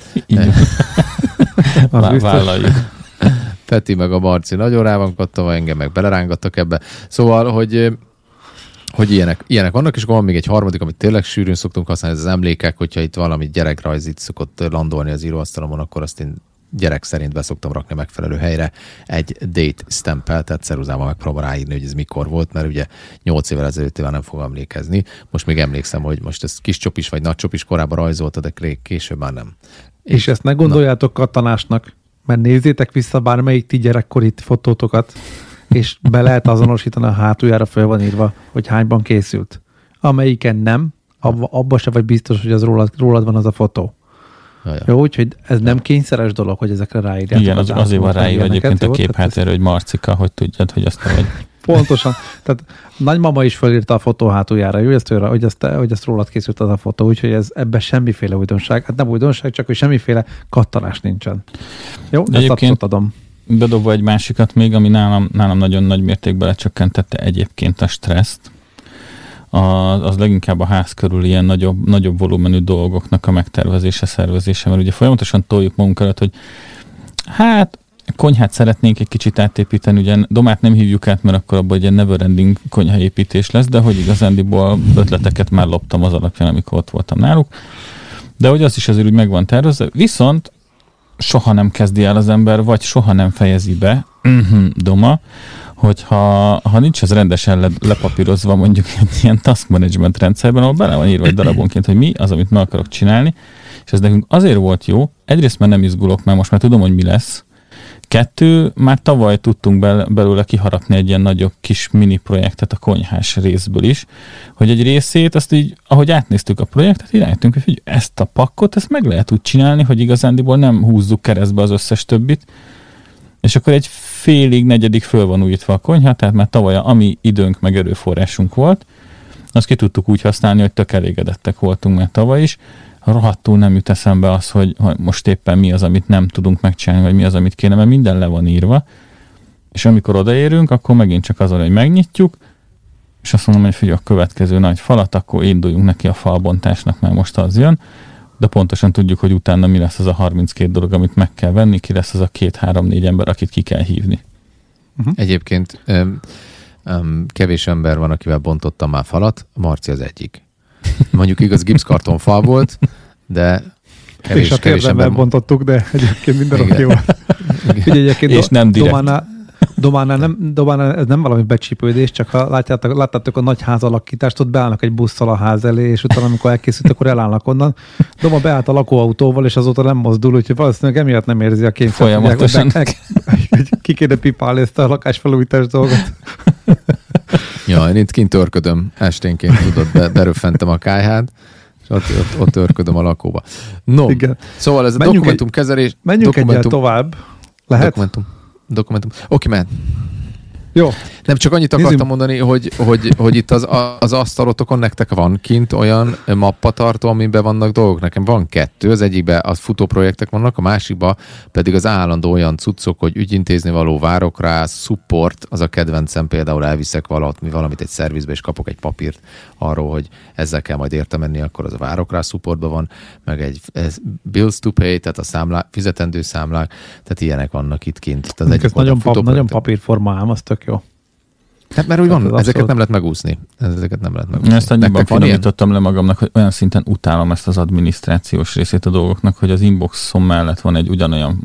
Vállaljuk. Peti meg a Marci nagyon rá van kattava, engem meg belerángattak ebbe. Szóval, hogy ilyenek vannak, és akkor van még egy harmadik, amit tényleg sűrűn szoktunk használni, ez az emlékek, hogyha itt valami gyerekrajz itt szokott landolni az íróasztalomon, akkor azt én gyerek szerint be szoktam rakni megfelelő helyre egy date stempel, tehát ceruzával megpróbál ráírni, hogy ez mikor volt, mert ugye 8 évvel ezelőtt nem fog emlékezni. Most még emlékszem, hogy most ez kis csopis vagy nagy csopis korábban rajzolta, de később már nem. És ezt ne gondoljátok kattanásnak, mert nézzétek vissza bármelyik ti gyerekkori fotótokat, és be lehet azonosítani, a hátuljára föl van írva, hogy hányban készült. Amelyiken nem, abba se vagy biztos, hogy az rólad van az a fotó. Jaja. Jó, úgyhogy ez nem kényszeres dolog, hogy ezekre ráírjátok. Igen, azért van ráírva egyébként a kép hátjára, hogy Marcika, hogy tudjad, hogy azt vagy. Pontosan. Tehát nagymama is felírta a fotó hátuljára, jó, hogy ezt rólad készült az a fotó, úgyhogy ebben semmiféle újdonság. Hát nem újdonság, csak hogy semmiféle kattanás nincsen. Jó, ezt abszolút adom. Bedobva egy másikat még, ami nálam nagyon nagy mértékben lecsökkentette egyébként a stresszt, az leginkább a ház körül ilyen nagyobb volumenű dolgoknak a megtervezése, szervezése, mert ugye folyamatosan toljuk magunk előtt, hogy hát konyhát szeretnénk egy kicsit átépíteni, ugye domát nem hívjuk át, mert akkor abban egy ilyen never-ending konyhaépítés lesz, de hogy igazándiból ötleteket már loptam az alapján, amikor ott voltam náluk. De hogy az is azért úgy meg van tervezve, viszont soha nem kezdi el az ember, vagy soha nem fejezi be, doma, hogyha nincs ez rendesen lepapírozva mondjuk egy ilyen task management rendszerben, ahol bele van írva egy darabonként, hogy mi az, amit meg akarok csinálni, És ez nekünk azért volt jó, egyrészt mert nem izgulok, mert most már tudom, hogy mi lesz. 2, már tavaly tudtunk belőle kiharapni egy ilyen nagyobb kis mini projektet a konyhás részből is, hogy egy részét, azt így, ahogy átnéztük a projektet, irányítunk, hogy ezt a pakkot, ezt meg lehet úgy csinálni, hogy igazándiból nem húzzuk keresztbe az összes többit, és akkor egy félig, negyedik föl van újítva a konyha, tehát már tavaly ami időnk meg erőforrásunk volt, azt ki tudtuk úgy használni, hogy tök elégedettek voltunk már tavaly is. Rohadtul nem jut eszembe az, hogy most éppen mi az, amit nem tudunk megcsinálni, vagy mi az, amit kéne, mert minden le van írva. És amikor odaérünk, akkor megint csak azon, hogy megnyitjuk, és azt mondom, hogy figyelj, a következő nagy falat, akkor induljunk neki a falbontásnak, mert most az jön. De pontosan tudjuk, hogy utána mi lesz az a 32 dolog, amit meg kell venni, ki lesz az a 2-3-4 ember, akit ki kell hívni. Egyébként kevés ember van, akivel bontottam már falat, Marci az egyik. Mondjuk igaz, gipszkarton fal volt, de kevés ember bontottuk, de egyébként minden oké volt. És nem direkt. Dománál ez nem valami becsípődés, csak ha láttátok a nagy házalakítást, ott beállnak egy busszal a ház elé, és utána, amikor elkészült, akkor elállnak onnan. Doma beállt a lakóautóval, és azóta nem mozdul, úgyhogy valószínűleg emiatt nem érzi a kényszert. Folyamatosan. Ki kéne pipálni ezt a lakásfelújítás dolgot. Ja, én itt kint törködöm esténként, tudod, beröffentem a kályhát, és ott törködöm a lakóba. No, igen. Szóval ez a dokumentumkezelés... Menjünk egyel tovább. Lehet? Dokumentum. Oké, mehet. Jó. Nem, csak annyit akartam mondani, hogy itt az asztalotokon nektek van kint olyan mappatartó, amiben vannak dolgok. Nekem van 2, az egyikben az futóprojektek vannak, a másikban pedig az állandó olyan cuccok, hogy ügyintézni való, várok rá, support, az a kedvencem, például elviszek valamit egy szervizbe, és kapok egy papírt arról, hogy ezzel kell majd érte menni, akkor az a várok rá supportban van, meg egy bills to pay, tehát a számlák, fizetendő számlák, tehát ilyenek vannak itt kint. Ez nagyon papírforma ám, az tök jó. Hát mert úgy van, ezeket nem lehet megúszni. Ezt annyiban finomítottam le magamnak, hogy olyan szinten utálom ezt az adminisztrációs részét a dolgoknak, hogy az inboxom mellett van egy ugyanolyan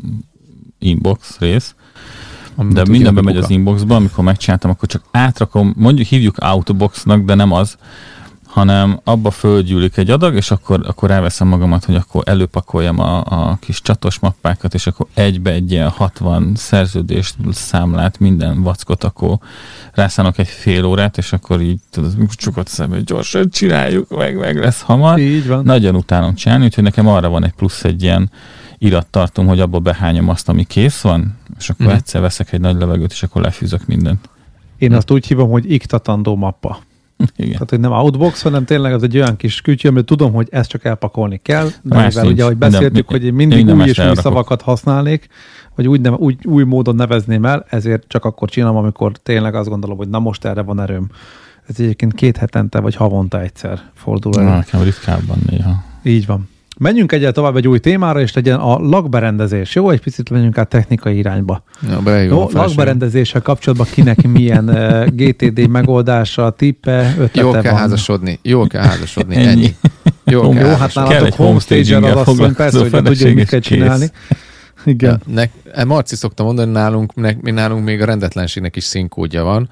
inbox rész, de mindenben megy az inboxba, amikor megcsináltam, akkor csak átrakom, mondjuk hívjuk outboxnak, de nem az, hanem abba fölgyűlik egy adag, és akkor ráveszem magamat, hogy akkor előpakoljam a kis csatos mappákat, és akkor egybe egy ilyen 60 szerződést, számlát, minden vackot, akkor rászánok egy fél órát, és akkor így tudod, csukott szemben, gyorsan csináljuk, meg lesz hamar. Így van. Nagyon utálom csinálni, úgyhogy nekem arra van egy plusz egy ilyen irattartom, hogy abba behányom azt, ami kész van, és akkor egyszer veszek egy nagy levegőt, és akkor lefűzök mindent. Én azt úgy hívom, hogy iktatandó mappa. Igen. Tehát, hogy nem outbox, hanem tényleg az egy olyan kis kütyű, amit tudom, hogy ezt csak elpakolni kell, de mivel ugye, ahogy beszéltük, hogy én mindig új és új szavakat használnék, vagy új módon nevezném el, ezért csak akkor csinálom, amikor tényleg azt gondolom, hogy na most erre van erőm. Ez egyébként 2 hetente vagy havonta egyszer fordul elő. Nekem ritkábban néha. Így van. Menjünk egyel tovább egy új témára, és legyen a lakberendezés. Jó, egy picit menjünk át technikai irányba. Jó, lakberendezéssel kapcsolatban kinek milyen GTD megoldása, tippe, ötlete Jól kell van. házasodni, ennyi. Jó, hát nálatok homestager az asszony, persze, hogy tudja, hogy mit kell csinálni. Igen. Marci szokta mondani, nálunk még a rendetlenségnek is színkódja van.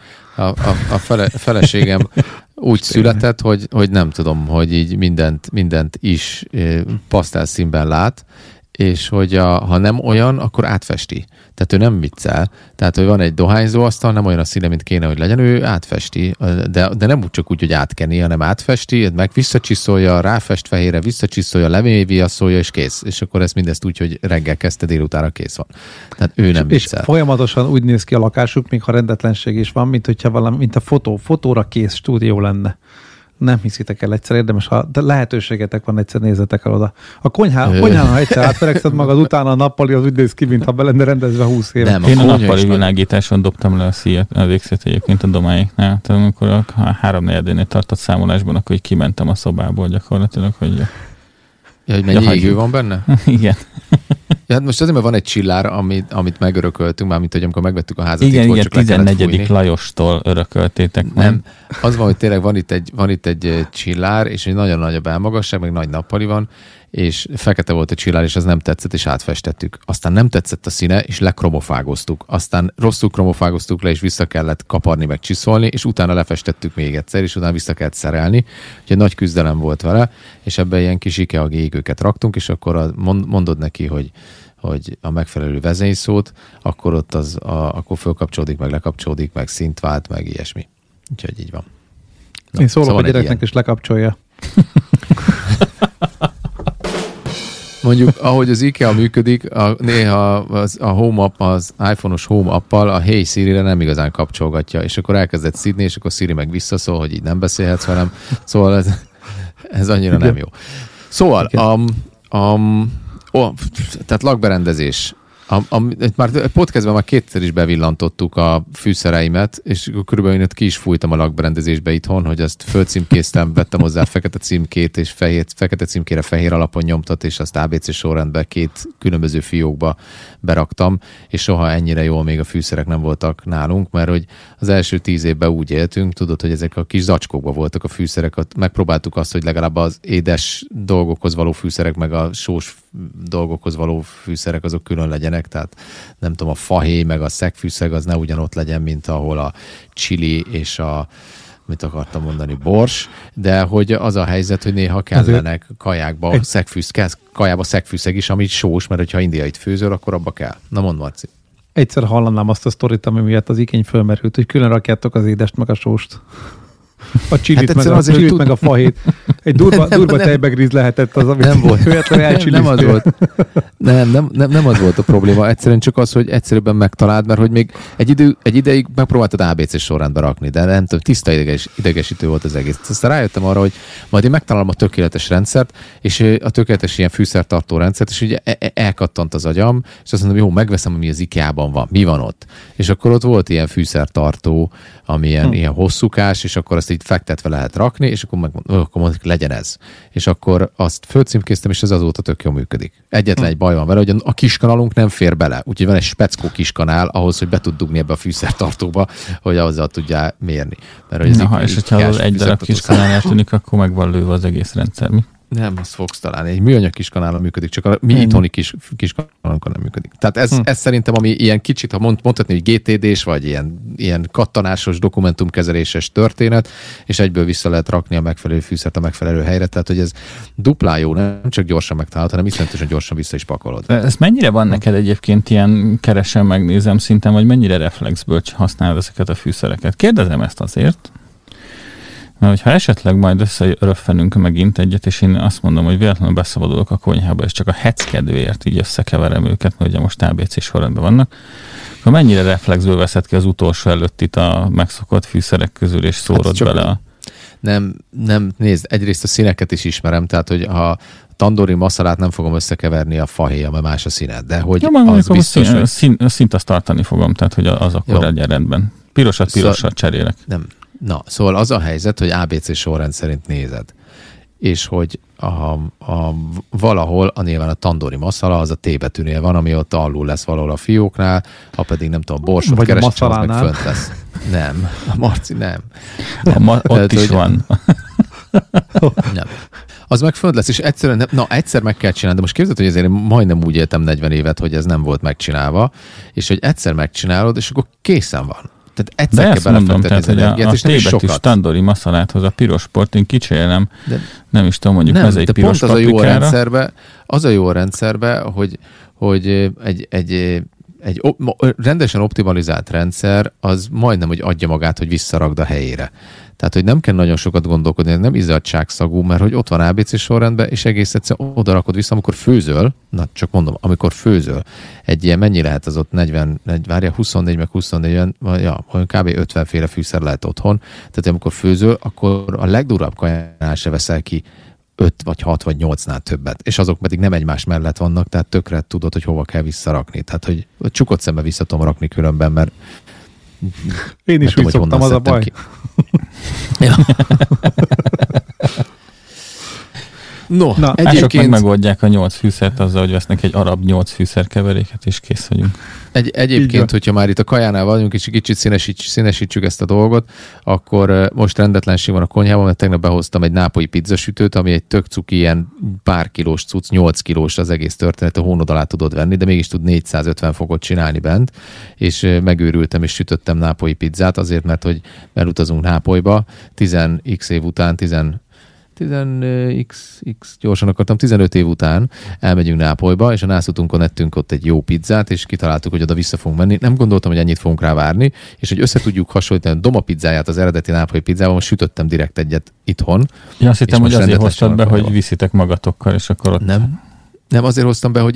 A feleségem úgy született, hogy nem tudom, hogy így mindent is pasztelszínben lát, és hogy ha nem olyan, akkor átfesti. Tehát ő nem viccel. Tehát, hogy van egy dohányzóasztal, nem olyan a színe, mint kéne, hogy legyen, ő átfesti. De nem úgy csak úgy, hogy átkeni, hanem átfesti, meg visszacsiszolja, ráfest fehérre, visszacsiszolja, levéviasszolja, és kész. És akkor ezt mindezt úgy, hogy reggel kezdte, délutánra kész van. Tehát ő nem viccel. És folyamatosan úgy néz ki a lakásuk, még ha rendetlenség is van, mint a fotóra kész stúdió lenne. Nem hiszitek el egyszer, érdemes, de lehetőségetek van, egyszer nézzetek el oda. A konyhán, ha egyszer átverekszed magad, utána a nappali az úgy néz ki, mintha be lenne rendezve 20 éve. Nem, én a nappali világításon dobtam le a végszét egyébként a domáiknál. Tehát amikor a 3-4-nél tartott számolásban, akkor így kimentem a szobából gyakorlatilag, hogy... Ja, hogy mennyi égő van benne? Igen. Ja, hát most azért, mert van egy csillár, amit megörököltünk, mármint, hogy amikor megvettük a házat. Igen, 14. Lajostól örököltétek. Nem, az van, hogy tényleg van itt egy csillár, és egy nagyon nagy a belmagasság, meg nagy nappali van, és fekete volt a csillár, és az nem tetszett, és átfestettük. Aztán nem tetszett a színe, és lekromofágoztuk. Aztán rosszul kromofágoztuk le, és vissza kellett kaparni, meg csiszolni, és utána lefestettük még egyszer, és utána vissza kellett szerelni. Úgyhogy nagy küzdelem volt vele, és ebben ilyen kis IKEA égőket raktunk, és akkor mondod neki, hogy a megfelelő vezényszót, akkor ott akkor fölkapcsolódik, meg lekapcsolódik, meg szint vált, meg ilyesmi. Úgyhogy így van. Na, én szólok a gyereknek, és lekapcsolja. Mondjuk, ahogy az IKEA működik, néha a Home App, az iPhone-os Home Appal a Hey Siri-re nem igazán kapcsolgatja, és akkor elkezdett szidni, és akkor Siri meg visszaszól, hogy így nem beszélhetsz velem. Szóval ez annyira nem jó. Szóval, tehát lakberendezés. Már podcastban már kétszer is bevillantottuk a fűszereimet, és körülbelül ki is fújtam a lakberendezésbe itthon, hogy azt fölcímkéztem, vettem hozzá fekete címkét, és fekete címkére fehér alapon nyomtat, és azt ABC sorrendben 2 különböző fiókba beraktam, és soha ennyire jól még a fűszerek nem voltak nálunk, mert hogy az első 10 évben úgy éltünk, tudod, hogy ezek a kis zacskókban voltak a fűszerek, megpróbáltuk azt, hogy legalább az édes dolgokhoz való fűszerek, meg a sós dolgokhoz való fűszerek azok külön legyenek, tehát nem tudom, a fahéj meg a szegfűszeg az ne ugyanott legyen, mint ahol a chili és mit akartam mondani, bors, de hogy az a helyzet, hogy néha kellenek kajába szegfűszeg is, ami sós, mert hogyha indiait főzöl, akkor abba kell. Na mondd, Marci. Egyszer hallanám azt a sztorit, ami miatt az igény fölmerült, hogy külön rakjátok az édest meg a sóst. A csilit, meg a fahét. Egy durva tejbegríz lehetett az, amit nem volt. Nem az volt. Nem az volt a probléma. Egyszerűen csak az, hogy egyszerűbben megtaláld, mert hogy még egy ideig megpróbáltad ABC sorrendbe rakni, de nem tudom, tiszta idegesítő volt az egész. Aztán rájöttem arra, hogy majd én megtalálom a tökéletes rendszert, és a tökéletes ilyen fűszertartó rendszert, és ugye elkattant az agyam, és azt mondom, jó, megveszem, ami az IKEA-ban van. Mi van ott? És akkor ott volt ilyen fűszertartó, ami ilyen hosszúkás, és akkor azt így fektetve lehet rakni, és akkor mondjuk legyen ez. És akkor azt fölcímkéztem, és ez azóta tök jól működik. Egyetlen egy baj van vele, hogy a kiskanalunk nem fér bele. Úgyhogy van egy speckó kiskanál ahhoz, hogy be tud dugni ebbe a fűszertartóba, hogy azzal tudja mérni. Mert, hogy és hogyha az egy darab kiskanál eltűnik, akkor meg van lőve az egész rendszer. Mi? Nem, azt fogsz találni. Egy műanyag kiskanállal működik, csak a mi itthoni kiskanálunkon nem működik. Tehát ez szerintem, ami ilyen kicsit, ha mondhatni, hogy GTD-s, vagy ilyen kattanásos, dokumentumkezeléses történet, és egyből vissza lehet rakni a megfelelő fűszert a megfelelő helyre, tehát hogy ez duplán jó, nem csak gyorsan megtalálod, hanem iszonyatosan gyorsan vissza is pakolod. Ez mennyire van neked egyébként ilyen keresem, megnézem szinten, vagy mennyire reflexből használod ezeket a fűszereket? Kérdezem ezt azért, mert hogyha esetleg majd összeröffenünk megint egyet, és én azt mondom, hogy véletlenül beszabadulok a konyhába, és csak a hec kedvéért így összekeverem őket, mert ugye most ABC sorrendben vannak, akkor mennyire reflexből veszed ki az utolsó előttit a megszokott fűszerek közül, és szórod bele a... Nem, nézd, egyrészt a színeket is ismerem, tehát hogy ha tandori masszalát nem fogom összekeverni a fahéjjal, mert más a színet, de hogy az biztos, hogy... szint azt tartani fogom, tehát hogy az akkor legyen rendben. Pirosat cserélek. Nem. Na, szóval az a helyzet, hogy ABC sorrend szerint nézed, és hogy valahol nyilván a tandori masszala az a T betűnél van, ami ott alul lesz valahol a fióknál, ha pedig nem tudom, borsot keresik, az meg fönt lesz. Nem, a Marci nem. Ott is van. Nem. Az meg fönt lesz, és egyszerűen, egyszer meg kell csinálni, de most képzeld, hogy ezért én majdnem úgy éltem 40 évet, hogy ez nem volt megcsinálva, és hogy egyszer megcsinálod, és akkor készen van. Tehát egyszer kell belefektetni az energiát, és nem is sokat. A tandori masszaláthoz a piros port, én kicserélem, nem is tudom, mondjuk ez egy piros pont az a jó a rendszerbe, hogy egy rendesen optimalizált rendszer, az majdnem, hogy adja magát, hogy visszaragd a helyére. Tehát, hogy nem kell nagyon sokat gondolkodni, nem izzadságszagú, mert hogy ott van ABC sorrendben, és egész egyszer oda rakod vissza, amikor főzöl, csak mondom, amikor főzöl, egy ilyen mennyi lehet az ott 24 meg 24, kb. 50 féle fűszer lehet otthon, tehát amikor főzöl, akkor a legdurvább kajánál se veszel ki 5 vagy 6 vagy 8-nál többet, és azok pedig nem egymás mellett vannak, tehát tökre tudod, hogy hova kell visszarakni. Tehát, hogy csukott szembe vissza tudom rakni különben, mert én is úgy szoktam, az a baj. Ja. Na egyébként... meg megoldják a 8 fűszert azzal, hogy vesznek egy arab 8 fűszer keveréket, és kész vagyunk. Egyébként, hogyha már itt a kajánál vagyunk, és kicsit színesítsük ezt a dolgot, akkor most rendetlenség van a konyhában, mert tegnap behoztam egy nápolyi pizzasütőt, ami egy tök cuki, ilyen pár kilós cucc, 8 kilós az egész történet, a hónod alá tudod venni, de mégis tud 450 fokot csinálni bent, és megőrültem, és sütöttem nápolyi pizzát, azért, mert utazunk Nápolyba, 10x év után, 15 év után elmegyünk Nápolyba, és a nászutunkon ettünk ott egy jó pizzát, és kitaláltuk, hogy oda vissza fogunk menni. Nem gondoltam, hogy ennyit fogunk rá várni, és hogy össze tudjuk hasonlítani a Doma pizzáját az eredeti nápolyi pizzával, most sütöttem direkt egyet itthon. Ja, azt hittem, hogy azért hoztad be, hogy viszitek magatokkal, és akkor ott... Nem azért hoztam be, hogy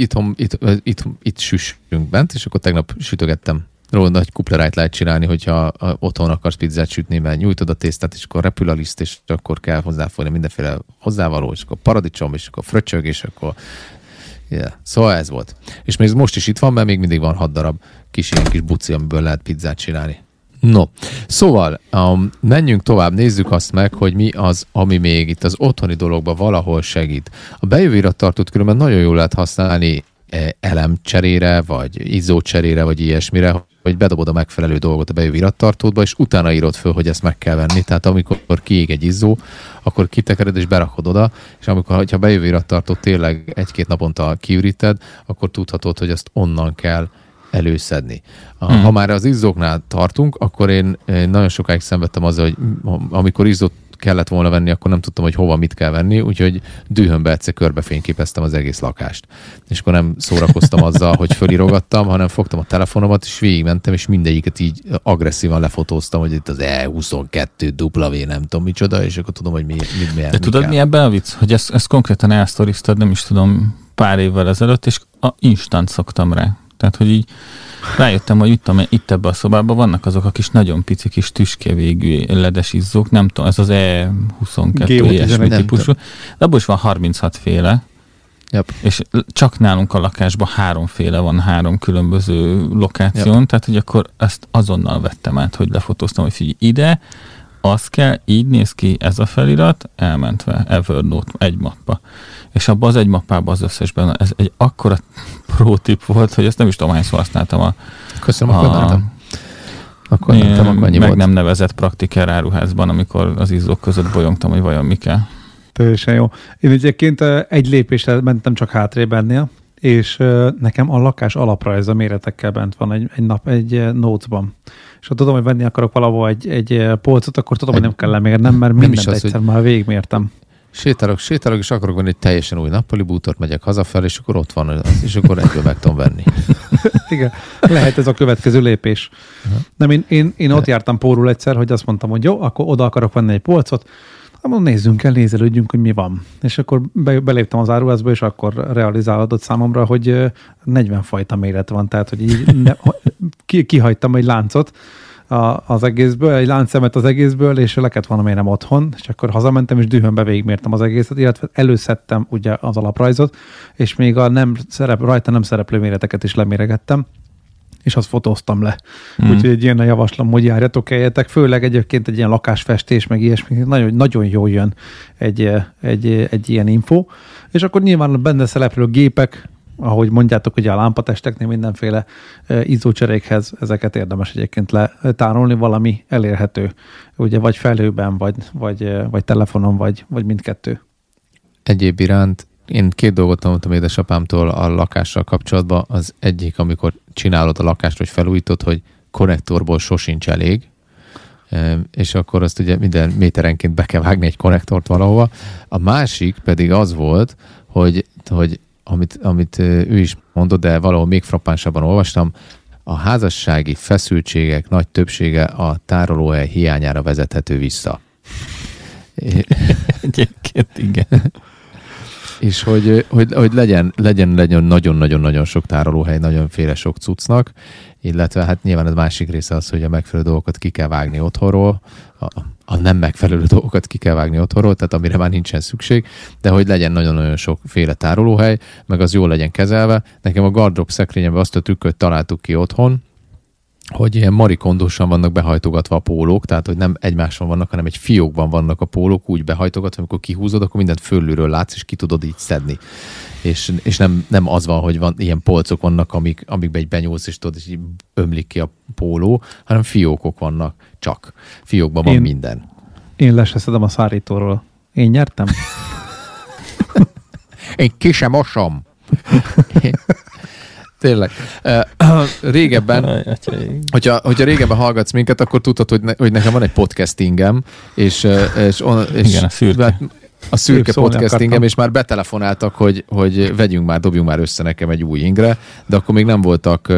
itt süssünk bent, és akkor tegnap sütögettem. Róla nagy kuplerájt lehet csinálni, hogyha otthon akarsz pizzát sütni, mert nyújtod a tésztát, és akkor repül a liszt, és akkor kell hozzáfogni mindenféle hozzávaló, és akkor paradicsom, és akkor fröccsög, és akkor... Yeah. Szóval ez volt. És még most is itt van, mert még mindig van 6 darab kis buci, amiből lehet pizzát csinálni. No, szóval menjünk tovább, nézzük azt meg, hogy mi az, ami még itt az otthoni dologban valahol segít. A bejövő irattartót különben nagyon jól lehet használni elemcserére, vagy izzócserére, vagy ilyesmire, hogy bedobod a megfelelő dolgot a bejövő irattartódba, és utána írod föl, hogy ezt meg kell venni. Tehát amikor kiég egy izzó, akkor kitekered és berakod oda, és ha bejövő irattartót tényleg 1-2 naponta kiüríted, akkor tudhatod, hogy azt onnan kell előszedni. Ha már az izzóknál tartunk, akkor én nagyon sokáig szenvedtem azzal, hogy amikor izzót kellett volna venni, akkor nem tudtam, hogy hova mit kell venni, úgyhogy dühömbe egyszer körbefényképeztem az egész lakást. És akkor nem szórakoztam azzal, hogy fölirogattam, hanem fogtam a telefonomat, és végigmentem, és mindegyiket így agresszívan lefotóztam, hogy itt az E22W, nem tudom micsoda, és akkor tudom, hogy mi de tudod, mi ebben a vicc? Hogy ezt konkrétan elsztoriztad, nem is tudom, pár évvel ezelőtt, és instant szoktam rá. Tehát, hogy így rájöttem, hogy itt ebben a szobában vannak azok a kis nagyon pici kis tüskevégű ledes izzók, nem tudom, ez az E22 ilyesmi típusú, de abból is van 36 féle, yep. És csak nálunk a lakásban 3 féle van, 3 különböző lokáción, yep. Tehát, hogy akkor ezt azonnal vettem át, hogy lefotóztam, hogy figyelj, ide, az kell, így néz ki ez a felirat, elmentve Evernote egy mappa. És abban az egy mappában az összesben, ez egy akkora pro tip volt, hogy ezt nem is tudom, hányszor használtam Köszönöm, akkor nem nevezett praktiker áruházban, amikor az izzók között bolyongtam, hogy vajon mi kell. Teljesen jó. Én egyébként egy lépésre mentem csak hátrébb ennél, és nekem a lakás alaprajza méretekkel bent van egy notes-ban. És ha tudom, hogy venni akarok valahol egy polcot, akkor tudom, hogy nem kell lemérnem, mert mindent egyszer már végigmértem. Sétálok, és akarok venni egy teljesen új nappali bútort, megyek hazafelé, és akkor ott van az, és akkor egyből meg tudom venni. Igen, lehet ez a következő lépés. Nem, én ott jártam pórul egyszer, hogy azt mondtam, hogy jó, akkor oda akarok venni egy polcot, nézzünk el, nézelődjünk, hogy mi van. És akkor beléptem az áruházba, és akkor realizálódott számomra, hogy 40 fajta méret van, tehát hogy így kihagytam egy láncot az egészből, egy láncszemet az egészből, és le kellett volna mérnem otthon, és akkor hazamentem, és dühömbe végigmértem az egészet, illetve előszedtem ugye az alaprajzot, és még a rajta nem szereplő méreteket is leméregettem, és azt fotóztam le. Úgyhogy egy ilyen javaslom, hogy járjatok, eljetek, főleg egyébként egy ilyen lakásfestés, meg ilyesmi, nagyon, nagyon jól jön egy ilyen info. És akkor nyilván benne szereplő gépek, ahogy mondjátok, ugye a lámpatesteknél mindenféle izzócserékhez ezeket érdemes egyébként letárolni, valami elérhető, ugye vagy felhőben, vagy telefonon, vagy mindkettő. Egyéb iránt én 2 dolgot tanultam édesapámtól a lakással kapcsolatban. Az egyik, amikor csinálod a lakást, vagy felújítod, hogy konnektorból sosincs elég, és akkor azt ugye minden méterenként be kell vágni egy konnektort valahova. A másik pedig az volt, hogy amit ő is mondott, de valahol még frappánsabban olvastam, a házassági feszültségek nagy többsége a tárolóhely hiányára vezethető vissza. Egyébként igen. És hogy legyen nagyon-nagyon-nagyon sok tárolóhely, nagyonféle sok cuccnak, illetve hát nyilván a másik része az, hogy a megfelelő dolgokat ki kell vágni otthonról, a nem megfelelő dolgokat ki kell vágni otthonról, tehát amire már nincsen szükség, de hogy legyen nagyon-nagyon sokféle tárolóhely, meg az jól legyen kezelve. Nekem a gardrób szekrényemben azt a trükköt találtuk ki otthon, hogy ilyen marikondosan vannak behajtogatva a pólók, tehát hogy nem egymáson vannak, hanem egy fiókban vannak a pólók úgy behajtogatva, amikor kihúzod, akkor mindent fölülről látsz, és ki tudod így szedni. És nem az van, hogy ilyen polcok vannak, amikbe egy benyúlsz, és tudod, és így ömlik ki a póló, hanem fiókok vannak csak. Fiókban van minden. Én le se szedem a szárítóról. Én nyertem? Én ki sem mosom. Tényleg. Régebben, hogyha régebben hallgatsz minket, akkor tudtad, hogy nekem van egy podcastingem, és igen, a szürke podcastingem, és már betelefonáltak, hogy vegyünk már, dobjunk már össze nekem egy új ingre, de akkor még nem voltak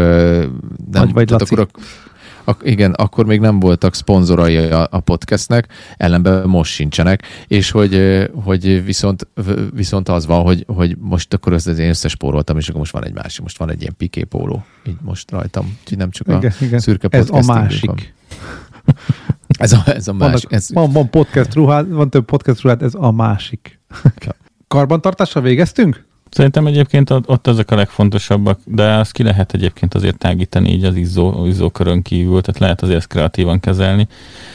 igen, akkor még nem voltak szponzorai a podcastnek, ellenben most sincsenek, és hogy viszont az van, hogy most akkor ezt én összespóroltam, és akkor most van egy másik, most van egy ilyen piké póló, így most rajtam, úgyhogy nem csak igen. Szürke podcasting. Ez a másik. Ez a másik. Van podcast ruhád, van több podcast ruhád, ez a másik. Karbantartással végeztünk? Szerintem egyébként ott ezek a legfontosabbak, de azt ki lehet egyébként azért tágítani így az izzókörön kívül, tehát lehet azért ezt kreatívan kezelni.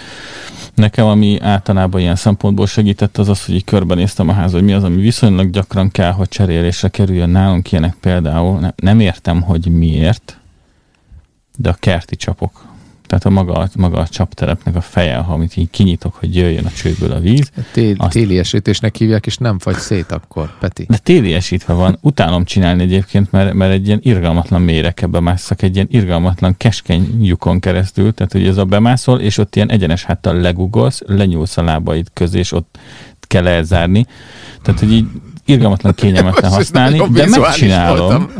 Nekem, ami általában ilyen szempontból segített, az, hogy így körbenéztem a házat, hogy mi az, ami viszonylag gyakran kell, hogy cserélésre kerüljön nálunk ilyenek például. Nem értem, hogy miért, de a kerti csapok. Tehát maga a csaptelepnek a feje, amit így kinyitok, hogy jöjjön a csődből a víz. Téliesítésnek hívják, és nem fagy szét akkor, Peti. De téliesítve van. Utálom csinálni egyébként, mert egy ilyen irgalmatlan mélyre bemásszak, egy ilyen irgalmatlan keskeny lyukon keresztül, tehát hogy ez a bemászol, és ott ilyen egyenes háttal legugolsz, lenyúlsz a lábaid közé, és ott kell elzárni. Tehát, hogy így irgalmatlan kényelmetlen használni, de megcsinálom.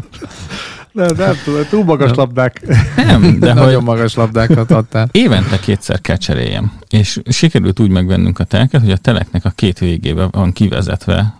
Nem tudom, túl magas labdák. Nem, de nagyon magas labdákat adtál. Évente 2-szer kell cseréljem. És sikerült úgy megvennünk a telket, hogy a teleknek a két végébe van kivezetve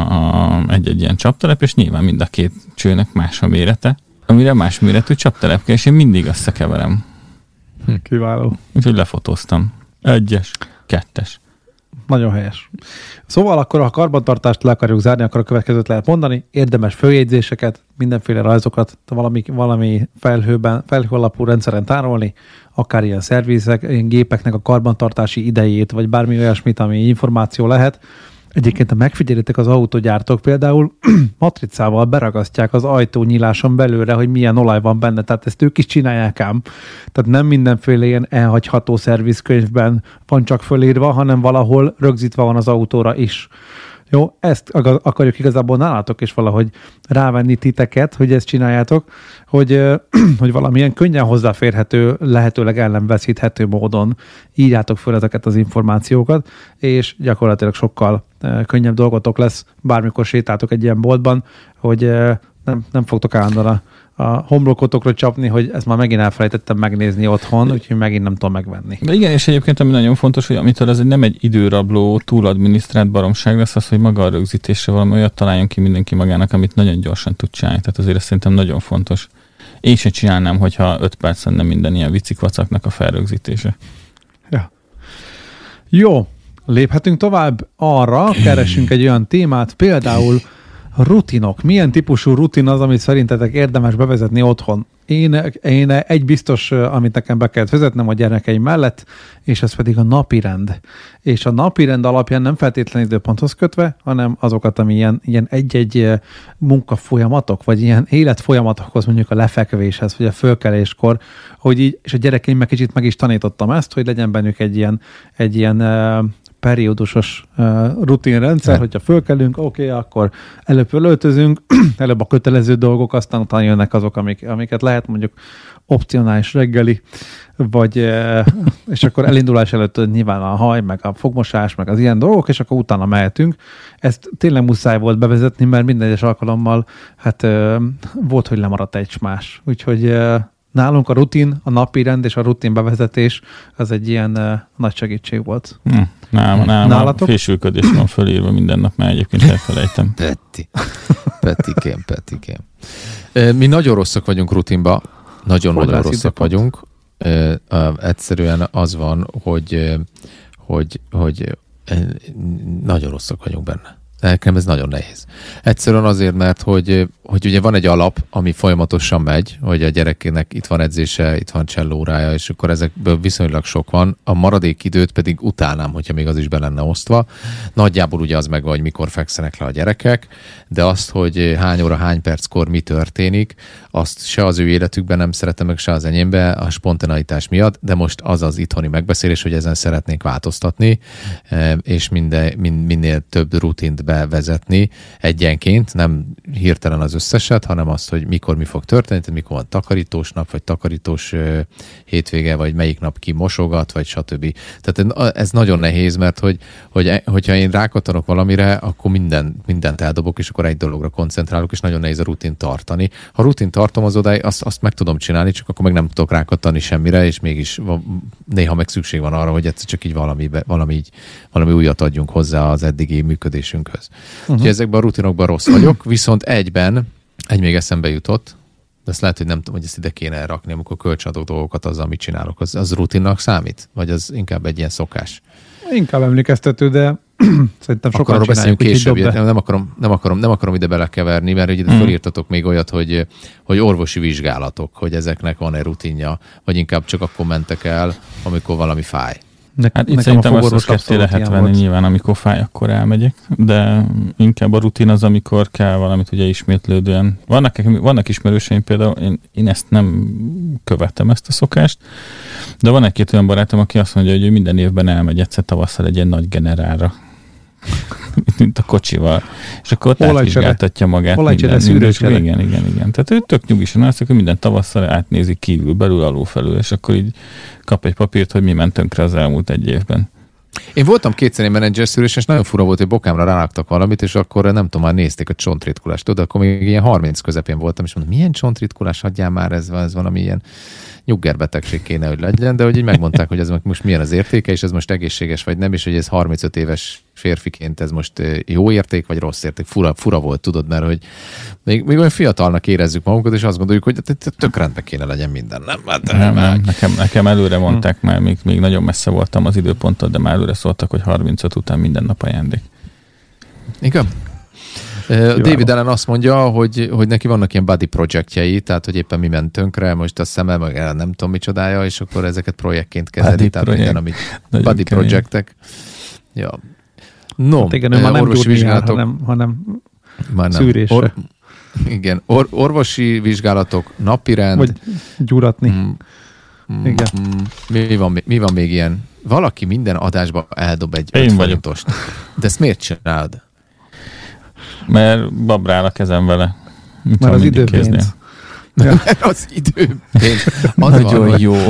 egy ilyen csaptelep, és nyilván mind a két csőnek más a mérete, amire más méretű csaptelep kell, és én mindig összekeverem. Kiváló. Úgyhogy lefotóztam. 1-es, 2-es. Nagyon helyes. Szóval akkor, ha karbantartást le akarjuk zárni, akkor a következőt lehet mondani. Érdemes följegyzéseket, mindenféle rajzokat, valami felhő alapú rendszeren tárolni, akár ilyen szervizek, ilyen gépeknek a karbantartási idejét, vagy bármi olyasmit, ami információ lehet. Egyébként, ha megfigyelitek, az autógyártók például matricával beragasztják az ajtónyíláson belőle, hogy milyen olaj van benne, tehát ezt ők is csinálják ám. Tehát nem mindenféle ilyen elhagyható szervizkönyvben van csak fölírva, hanem valahol rögzítve van az autóra is. Jó, ezt akarjuk igazából nálatok is valahogy rávenni titeket, hogy ezt csináljátok, hogy valamilyen könnyen hozzáférhető, lehetőleg ellenveszíthető módon írjátok föl ezeket az információkat, és gyakorlatilag sokkal könnyebb dolgotok lesz, bármikor sétáltok egy ilyen boltban, hogy nem fogtok állandóan a homlokotokra csapni, hogy ezt már megint elfelejtettem megnézni otthon, úgyhogy megint nem tudom megvenni. De igen, és egyébként ami nagyon fontos, hogy amitől ez nem egy időrabló, túladminisztrált baromság lesz, az, hogy maga a rögzítésre valami olyat találjon ki mindenki magának, amit nagyon gyorsan tud csinálni. Tehát azért ez szerintem nagyon fontos. Én sem csinálnám, hogyha 5 perc lenne minden ilyen vicikvacaknak a felrögzítése. Ja. Jó, léphetünk tovább arra, keresünk egy olyan témát, például rutinok. Milyen típusú rutin az, amit szerintetek érdemes bevezetni otthon? Én egy biztos, amit nekem be kellett vezetnem a gyerekeim mellett, és ez pedig a napirend. És a napirend alapján nem feltétlen időponthoz kötve, hanem azokat, ami ilyen egy-egy munkafolyamatok, vagy ilyen életfolyamatokhoz, mondjuk a lefekvéshez, vagy a fölkeléskor, hogy így, és a gyerekeimmel kicsit meg is tanítottam ezt, hogy legyen bennük egy ilyen periódusos rutinrendszer, hogyha fölkelünk, oké, akkor előbb öltözünk, előbb a kötelező dolgok, aztán utána jönnek azok, amiket lehet, mondjuk opcionális reggeli, vagy, és akkor elindulás előtt nyilván a haj, meg a fogmosás, meg az ilyen dolgok, és akkor utána mehetünk. Ezt tényleg muszáj volt bevezetni, mert minden egyes alkalommal hát volt, hogy lemaradt egy más. Úgyhogy nálunk a rutin, a napi rend és a rutin bevezetés az egy ilyen nagy segítség volt. Nálatok? A fésülködés van fölírva minden nap, mert egyébként elfelejtem. Petikém. Mi nagyon rosszak vagyunk rutinba, nagyon rosszak vagyunk. Egyszerűen az van, hogy nagyon rosszak vagyunk benne. Nekem ez nagyon nehéz. Egyszerűen azért, mert hogy hogy ugye van egy alap, ami folyamatosan megy, hogy a gyerekének itt van edzése, itt van csellórája, és akkor ezekből viszonylag sok van. A maradék időt pedig utálnám, hogyha még az is be lenne osztva. Nagyjából ugye az megvan, hogy mikor fekszenek le a gyerekek, de azt, hogy hány óra, hány perckor mi történik, azt se az ő életükben nem szeretem, meg se az enyémbe a spontaneitás miatt, de most az az itthoni megbeszélés, hogy ezen szeretnénk változtatni, és minél több rutint bevezetni egyenként, nem hirtelen az összeset, hanem azt, hogy mikor mi fog történni, tehát mikor van takarítós nap, vagy takarítós hétvége, vagy melyik nap ki mosogat, vagy stb. Tehát ez nagyon nehéz, mert hogyha én rákattanok valamire, akkor mindent eldobok, és akkor egy dologra koncentrálok, és nagyon nehéz a rutint tartani. Ha rutint tartom az odáig, azt meg tudom csinálni, csak akkor meg nem tudok rákattani semmire, és mégis néha meg szükség van arra, hogy egyszer csak így valami újat adjunk hozzá az eddigi működésünkhöz. Úgyhogy ezekben a rutinokban rossz vagyok, viszont egy még eszembe jutott, de azt lehet, hogy nem tudom, hogy ezt ide kéne elrakni, amikor kölcsönadok dolgokat azzal, amit csinálok. Az rutinnak számít? Vagy az inkább egy ilyen szokás? Inkább emlékeztető, de szerintem sokan arról beszéljünk később, nem akarom ide belekeverni, mert ide fölírtatok még olyat, hogy orvosi vizsgálatok, hogy ezeknek van-e rutinja, vagy inkább csak akkor mentek el, amikor valami fáj. Hát itt szerintem azt ketté lehet venni, nyilván amikor fáj, akkor elmegyek, de inkább a rutin az, amikor kell valamit ugye ismétlődően. Vannak ismerőseim például, én ezt nem követem, ezt a szokást, de van egy-két olyan barátom, aki azt mondja, hogy ő minden évben elmegy egyszer tavasszal egy ilyen nagy generálra. Mint a kocsival. És akkor ott átvizsgáltatja magát. Olajcsere szűrőcsere. Igen. Tehát ő tök nyugisan azt, hogy minden tavasszal átnézi kívül, belül, alul, felül, és akkor így kap egy papírt, hogy mi ment tönkre az elmúlt egy évben. Én voltam kétszer egy menedzserszűrés, és nagyon fura volt, hogy bokámra ráraktak valamit, és akkor nem tudom, már nézték a csontritkulást. Tudod, akkor még ilyen 30 közepén voltam, és mondom, milyen csontritkulás, hagyjál már, ez valami ilyen nyuggerbetegség kéne, hogy legyen, de hogy így megmondták, hogy ez most milyen az értéke, és ez most egészséges vagy nem, és hogy ez 35 éves férfiként ez most jó érték, vagy rossz érték. Fura volt, tudod, mert hogy még olyan fiatalnak érezzük magunkat, és azt gondoljuk, hogy tök rendben kéne legyen minden, nem? Nem. Nekem előre mondták már, még nagyon messze voltam az időponttól, de már előre szóltak, hogy 35 után minden nap ajándék. Igen. David Allen azt mondja, hogy neki vannak ilyen body projektjei, tehát hogy éppen mi ment tönkre, most a szeme, meg nem tudom micsodája, és akkor ezeket projektként kezeli, tehát minden, amit body projektek. Ja. No, hát igen, már nem gyógyvizsgálatok, hanem szűrésre. Igen, orvosi vizsgálatok, napirend. Vagy gyuratni. Igen. Mi van még ilyen? Valaki minden adásba eldob egy 5 forintost. De ezt miért csinálod? Mert babrál a kezem vele. Mert az időpénz. Mert az időpénz. Nagyon jó.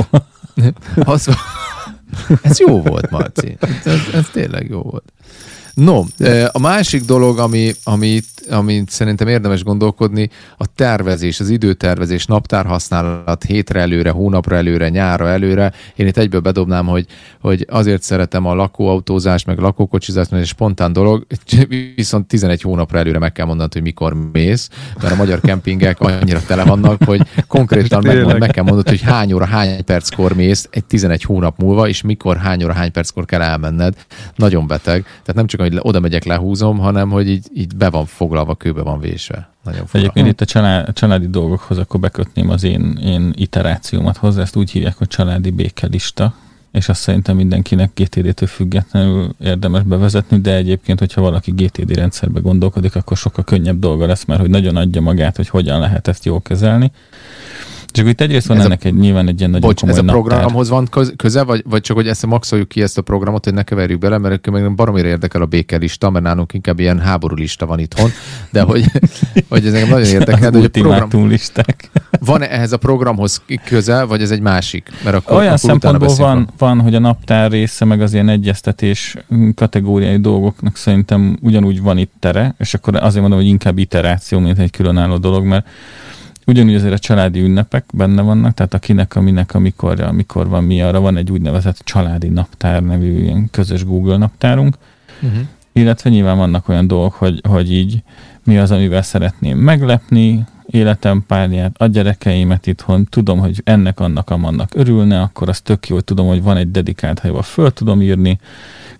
Ez jó volt, Marci. Ez tényleg jó volt. No, a másik dolog, amit szerintem érdemes gondolkodni, a tervezés, az időtervezés, naptárhasználat, hétre előre, hónapra előre, nyárra előre. Én itt egyből bedobnám, hogy azért szeretem a lakóautózást, meg lakókocsizást, mert egy spontán dolog, viszont 11 hónapra előre meg kell mondanod, hogy mikor mész, mert a magyar kempingek annyira tele vannak, hogy konkrétan meg kell mondanod, hogy hány óra, hány perckor mész egy 11 hónap múlva, és mikor, hány óra, hány perckor kell elmenned. Nagyon beteg. Tehát nem csak, hogy oda megyek, lehúzom, hanem, hogy így be van foglalva, kőbe van vésve. Nagyon fura. Egyébként itt a családi dolgokhoz akkor bekötném az én iterációmat hozzá, ezt úgy hívják, hogy családi békelista, és azt szerintem mindenkinek GTD-től függetlenül érdemes bevezetni, de egyébként, hogyha valaki GTD rendszerbe gondolkodik, akkor sokkal könnyebb dolga lesz, mert hogy nagyon adja magát, hogy hogyan lehet ezt jól kezelni. Csak itt egyrészt van ennek nyilván egy ilyen nagyon komoly ez a programhoz van köze, vagy csak, hogy ezt maxoljuk ki ezt a programot, hogy ne keverjük bele, mert meg baromira érdekel a békelista, mert nálunk inkább ilyen háborúlista van itthon, de hogy ez engem nagyon érdekel. Az ultimátumlisták. Van ehhez a programhoz köze, vagy ez egy másik? Mert akkor, olyan szempontból van, hogy a naptár része, meg az ilyen egyeztetés kategóriai dolgoknak szerintem ugyanúgy van itt tere, és akkor azért mondom, hogy inkább iteráció, mint egy különálló dolog, mert ugyanúgy azért a családi ünnepek benne vannak, tehát akinek, aminek, amikor van mi, arra van egy úgynevezett családi naptár nevű ilyen közös Google naptárunk, illetve nyilván vannak olyan dolgok, hogy így mi az, amivel szeretném meglepni életem párját, a gyerekeimet itthon, tudom, hogy ennek, annak, amannak örülne, akkor az tök jó, hogy tudom, hogy van egy dedikált hely, ahol föl tudom írni,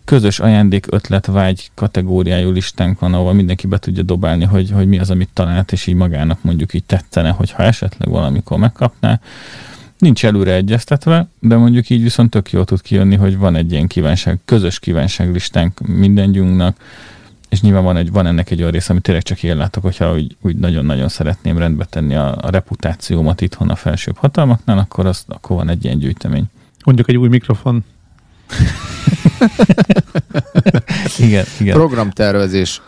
közös ajándék, ötlet, vágy kategóriájú listánk van, ahol mindenki be tudja dobálni, hogy mi az, amit talált, és így magának mondjuk így tetszene, hogyha esetleg valamikor megkapná. Nincs előre egyeztetve, de mondjuk így viszont tök jól tud kijönni, hogy van egy ilyen közös kívánságlistánk mindennyiunknak, és nyilván van ennek egy olyan rész, amit tényleg csak én látok, hogyha úgy nagyon-nagyon szeretném rendbe tenni a reputációmat itthon a felsőbb hatalmaknál, akkor van egy ilyen gyűjtemény. Mondjuk egy új mikrofon. Igen. Programtervezés.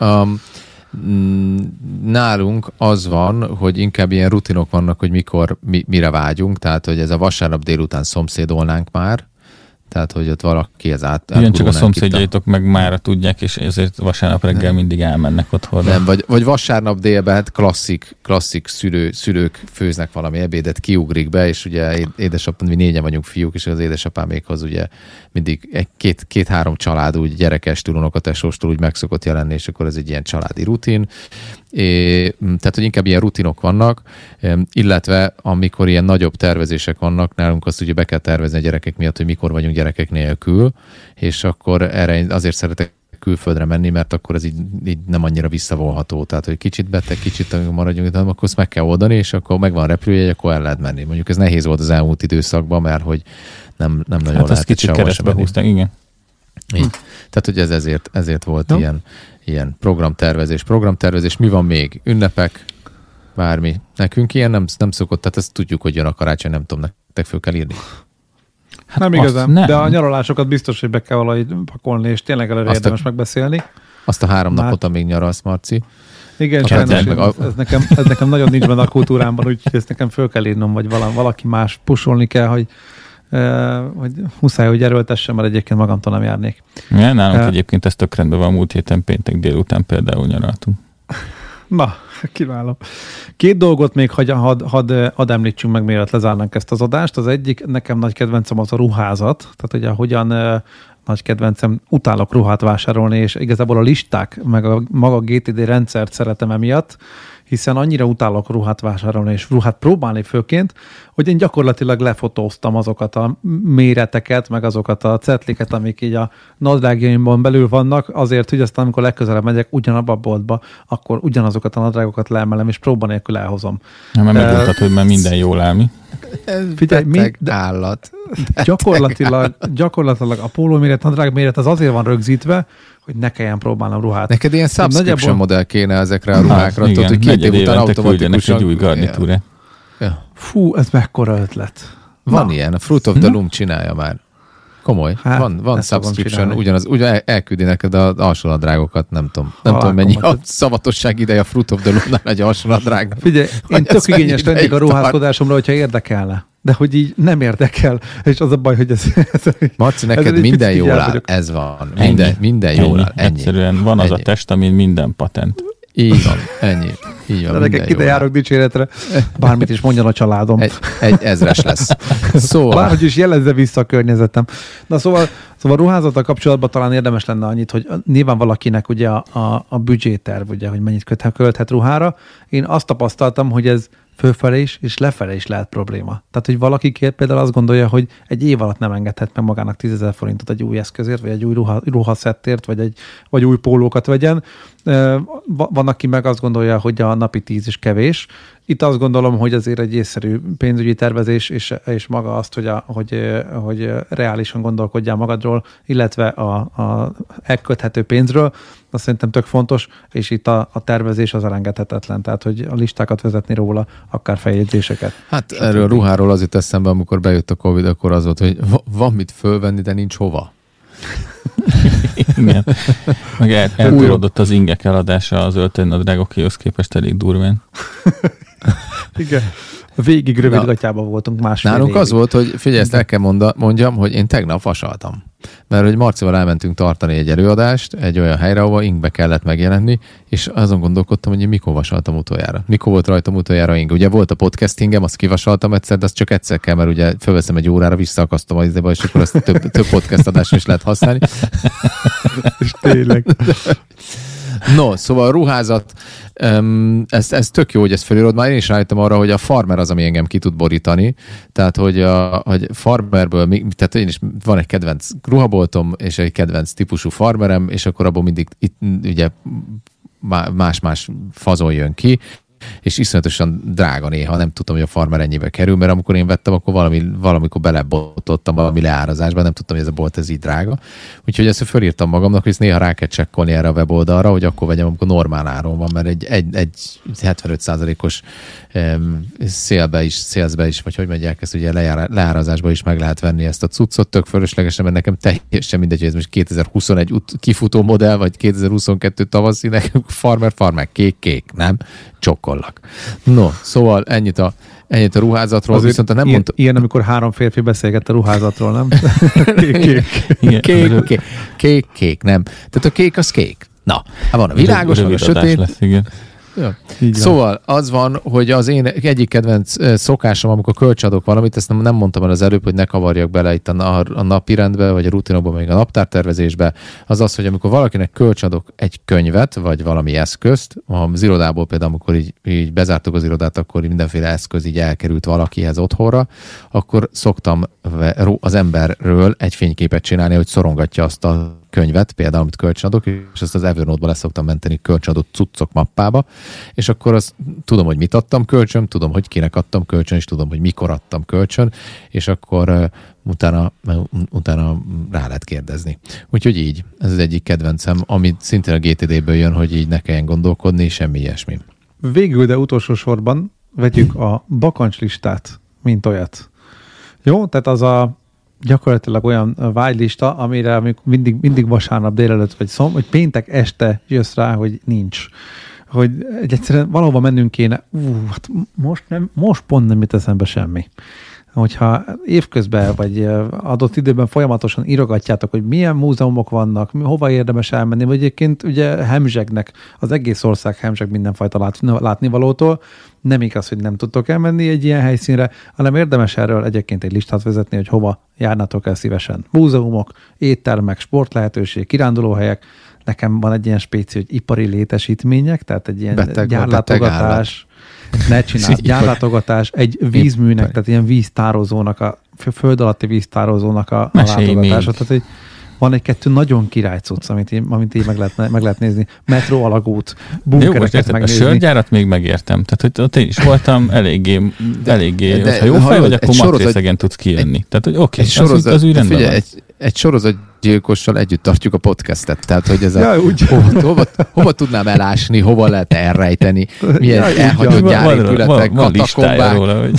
Nálunk az van, hogy inkább ilyen rutinok vannak, hogy mikor, mire vágyunk, tehát hogy ez a vasárnap délután szomszédolnánk már, tehát hogy ott valaki ez ugyan csak a szomszédjaitok meg mára tudják, és ezért vasárnap reggel mindig elmennek otthonra. Nem, vagy vasárnap délben hát klasszik szülők főznek valami ebédet, kiugrik be, és ugye édesapám, mi 4-en vagyunk fiúk, és az édesapámékhoz ugye mindig két-három család úgy gyerekestől, unokatesóstól úgy meg szokott jelenni, és akkor ez egy ilyen családi rutin. Tehát, hogy inkább ilyen rutinok vannak, illetve amikor ilyen nagyobb tervezések vannak, nálunk azt ugye be kell tervezni a gyerekek miatt, hogy mikor vagyunk gyerekek nélkül, és akkor erre azért szeretek külföldre menni, mert akkor ez így nem annyira visszavonható. Tehát, hogy kicsit beteg, kicsit maradjunk, de akkor ezt meg kell oldani, és akkor megvan a repülőjegy, akkor el lehet menni. Mondjuk ez nehéz volt az elmúlt időszakban, mert hogy nem nagyon lehet. Hát kicsit keresztbe húzták, igen. Tehát, hogy ez ezért volt ilyen programtervezés. Mi van még? Ünnepek? Bármi. Nekünk ilyen nem szokott, tehát ezt tudjuk, hogy jön a karácsony, nem tudom, nektek föl kell írni. Hát nem igazán, de a nyaralásokat biztos, hogy be kell valahogy pakolni, és tényleg előre érdemes megbeszélni. Azt a 3 napot, amíg nyaralsz, Marci. Igen, sajnos ez nekem nagyon nincs benne a kultúrámban, úgyhogy ezt nekem föl kell írnom, vagy valaki más pusolni kell, hogy muszáj, hogy erőltessem, mert egyébként magamtól nem járnék. Ja, nálunk egyébként ez tök rendben van, múlt héten péntek délután például nyaraltunk. Na, kiváló. 2 dolgot még hadd említsünk meg, mielőtt lezárnánk ezt az adást. Az egyik, nekem nagy kedvencem az a ruházat. Tehát ugye hogyan nagy kedvencem, utálok ruhát vásárolni, és igazából a listák, meg a maga GTD rendszert szeretem emiatt, hiszen annyira utálok ruhát vásárolni és ruhát próbálni főként, hogy én gyakorlatilag lefotóztam azokat a méreteket, meg azokat a cetliket, amik így a nadrágjaimban belül vannak, azért, hogy aztán amikor legközelebb megyek ugyanabba a boltba, akkor ugyanazokat a nadrágokat leemelem, és próba nélkül elhozom. Nem, mert megmondtad, hogy már minden jól áll, mi? Figyelj, állat. Gyakorlatilag a pólóméret, nadrágméret az azért van rögzítve, hogy ne kelljen próbálnom ruhát. Neked ilyen subscription modell kéne ezekre a ruhákra, tudod, hogy 2 év után automatikusan... egy új garnitúrát. Ja. Fú, ez mekkora ötlet. Van ilyen, a Fruit of the Loom csinálja már. Komoly. Van subscription, ugyanaz elküldi neked az alsónadrágokat, nem tudom mennyi a szavatosság ideje a Fruit of the Loomnál egy alsónadrág. Figyelj, én tök igényes lennék a ruházkodásomra, hogyha érdekelne. De hogy így nem érdekel, és az a baj, hogy ez Marci, neked minden jól áll, ez van. Minden jól áll, ennyi. Egyszerűen van az a test, amin minden patent. Így van, ennyi. Így van, neked ide járok dicséretre, bármit is mondjon a családom. Egy ezres lesz. Szóval. Bárhogy is jelezze vissza a környezetem. Na szóval ruházattal kapcsolatban talán érdemes lenne annyit, hogy nyilván valakinek ugye a büdzséterv, ugye, hogy mennyit költhet ruhára. Én azt tapasztaltam, hogy ez fölfele is, és lefele is lehet probléma. Tehát, hogy valaki például azt gondolja, hogy egy év alatt nem engedhet meg magának 10 000 forintot egy új eszközért, vagy egy új ruhaszettért, vagy új pólókat vegyen. Van, aki meg azt gondolja, hogy a napi 10 is kevés. Itt azt gondolom, hogy azért egy észszerű pénzügyi tervezés, és maga azt, hogy reálisan gondolkodjál magadról, illetve a elkölthető pénzről, azt szerintem tök fontos, és itt a tervezés az elengedhetetlen, tehát hogy a listákat vezetni róla, akár feljegyzéseket. Hát erről a ruháról az jut eszembe, amikor bejött a Covid, akkor az volt, hogy van mit fölvenni, de nincs hova. Igen. Meg eltúrodott az ingek eladása az öltönynadrágokéhoz képest elég durván. Igen. Végig rövidgatjában voltunk másfél nálunk évig. Az volt, hogy figyelj, ezt el kell mondjam, hogy én tegnap vasaltam. Mert hogy Marcival elmentünk tartani egy előadást, egy olyan helyre, ahol ingbe kellett megjelenni, és azon gondolkodtam, hogy én mikor vasaltam utoljára. Mikor volt rajtam utoljára ing. Ugye volt a podcastingem, azt kivasaltam egyszer, de azt csak egyszer kell, mert ugye fölveszem egy órára, visszaakasztom az idejébe, és akkor azt több podcast adásra is lehet használni. És tényleg. No, szóval a ruházat, Ez tök jó, hogy ezt felírod. Már én is rájöttem arra, hogy a farmer az, ami engem ki tud borítani. Tehát, hogy farmerből, tehát én is van egy kedvenc ruhaboltom, és egy kedvenc típusú farmerem, és akkor abból mindig itt ugye más-más fazon jön ki, és iszonyatosan drága néha, nem tudtam, hogy a farmer ennyibe kerül, mert amikor én vettem, akkor valamikor belebotottam valami leárazásba, nem tudtam, hogy ez a bolt ez így drága. Úgyhogy ezt fölírtam magamnak, hogy néha rá kell csekkolni erre a weboldalra, hogy akkor vegyem, amikor normál áron van, mert egy 75%-os szélbe is, vagy hogy mondják ezt, ugye leárazásba is meg lehet venni ezt a cuccot, tök fölöslegesen, mert nekem teljesen mindegy, hogy ez most 2021 kifutó modell, vagy 2022 tavaszi, nekem farmer, kék, nem? Csokkollak. No, szóval ennyit a ruházatról, azért viszont nem mondta... Ilyen, amikor 3 férfi beszélgett a ruházatról, nem? Kék, nem. Tehát a kék az kék. Na, van a világos, van a sötét. Lesz, igen. Ja. Szóval az van, hogy az én egyik kedvenc szokásom, amikor kölcsadok valamit, ezt nem mondtam el az előbb, hogy ne kavarjak bele itt a napi rendbe, vagy a rutinokba, még a naptártervezésbe, az, hogy amikor valakinek kölcsadok egy könyvet, vagy valami eszközt, az irodából például, amikor így bezártuk az irodát, akkor mindenféle eszköz így elkerült valakihez otthonra, akkor szoktam az emberről egy fényképet csinálni, hogy szorongatja azt a könyvet, például, amit kölcsönadok, és azt az Evernote-ba leszoktam menteni kölcsönadott cuccok mappába, és akkor azt tudom, hogy mit adtam kölcsön, tudom, hogy kinek adtam kölcsön, és tudom, hogy mikor adtam kölcsön, és akkor utána rá lehet kérdezni. Úgyhogy így, ez az egyik kedvencem, amit szintén a GTD-ből jön, hogy így ne kelljen gondolkodni, semmi ilyesmi. Végül, de utolsó sorban vegyük a bakancslistát, mint olyat. Jó? Tehát az a gyakorlatilag olyan vágylista, amire mindig vasárnap délelőtt vagy péntek este jössz rá, hogy nincs. Hogy egyszerűen valahova mennünk kéne, hát most pont nem jut eszembe semmi. Hogyha évközben vagy adott időben folyamatosan írogatjátok, hogy milyen múzeumok vannak, hova érdemes elmenni, vagy egyébként ugye hemzsegnek, az egész ország hemzseg mindenfajta látnivalótól, nem igaz, hogy nem tudtok elmenni egy ilyen helyszínre, hanem érdemes erről egyébként egy listát vezetni, hogy hova járnátok el szívesen. Múzeumok, éttermek, sportlehetőség, kirándulóhelyek. Nekem van egy ilyen spéci, hogy ipari létesítmények, tehát egy ilyen gyárlátogatás. Ne csinálj, gyárlátogatás, egy vízműnek, tehát ilyen víztározónak, a föld alatti víztározónak a látogatása. Tehát egy, van egy-kettő nagyon királycucc, amit így meg lehet nézni. Metró alagút, bunkereket megnézni. A sörgyárat még megértem. Tehát, hogy ott én is voltam, eléggé ha jó fej vagy, akkor matrészegen tudsz kijönni. Tehát, hogy oké, az úgy rendben van. Egy sorozatgyilkossal együtt tartjuk a podcastet. Tehát, hogy ez hova tudnám elásni, hova lehet elrejteni, milyen elhagyott gyárépületek, katakombák.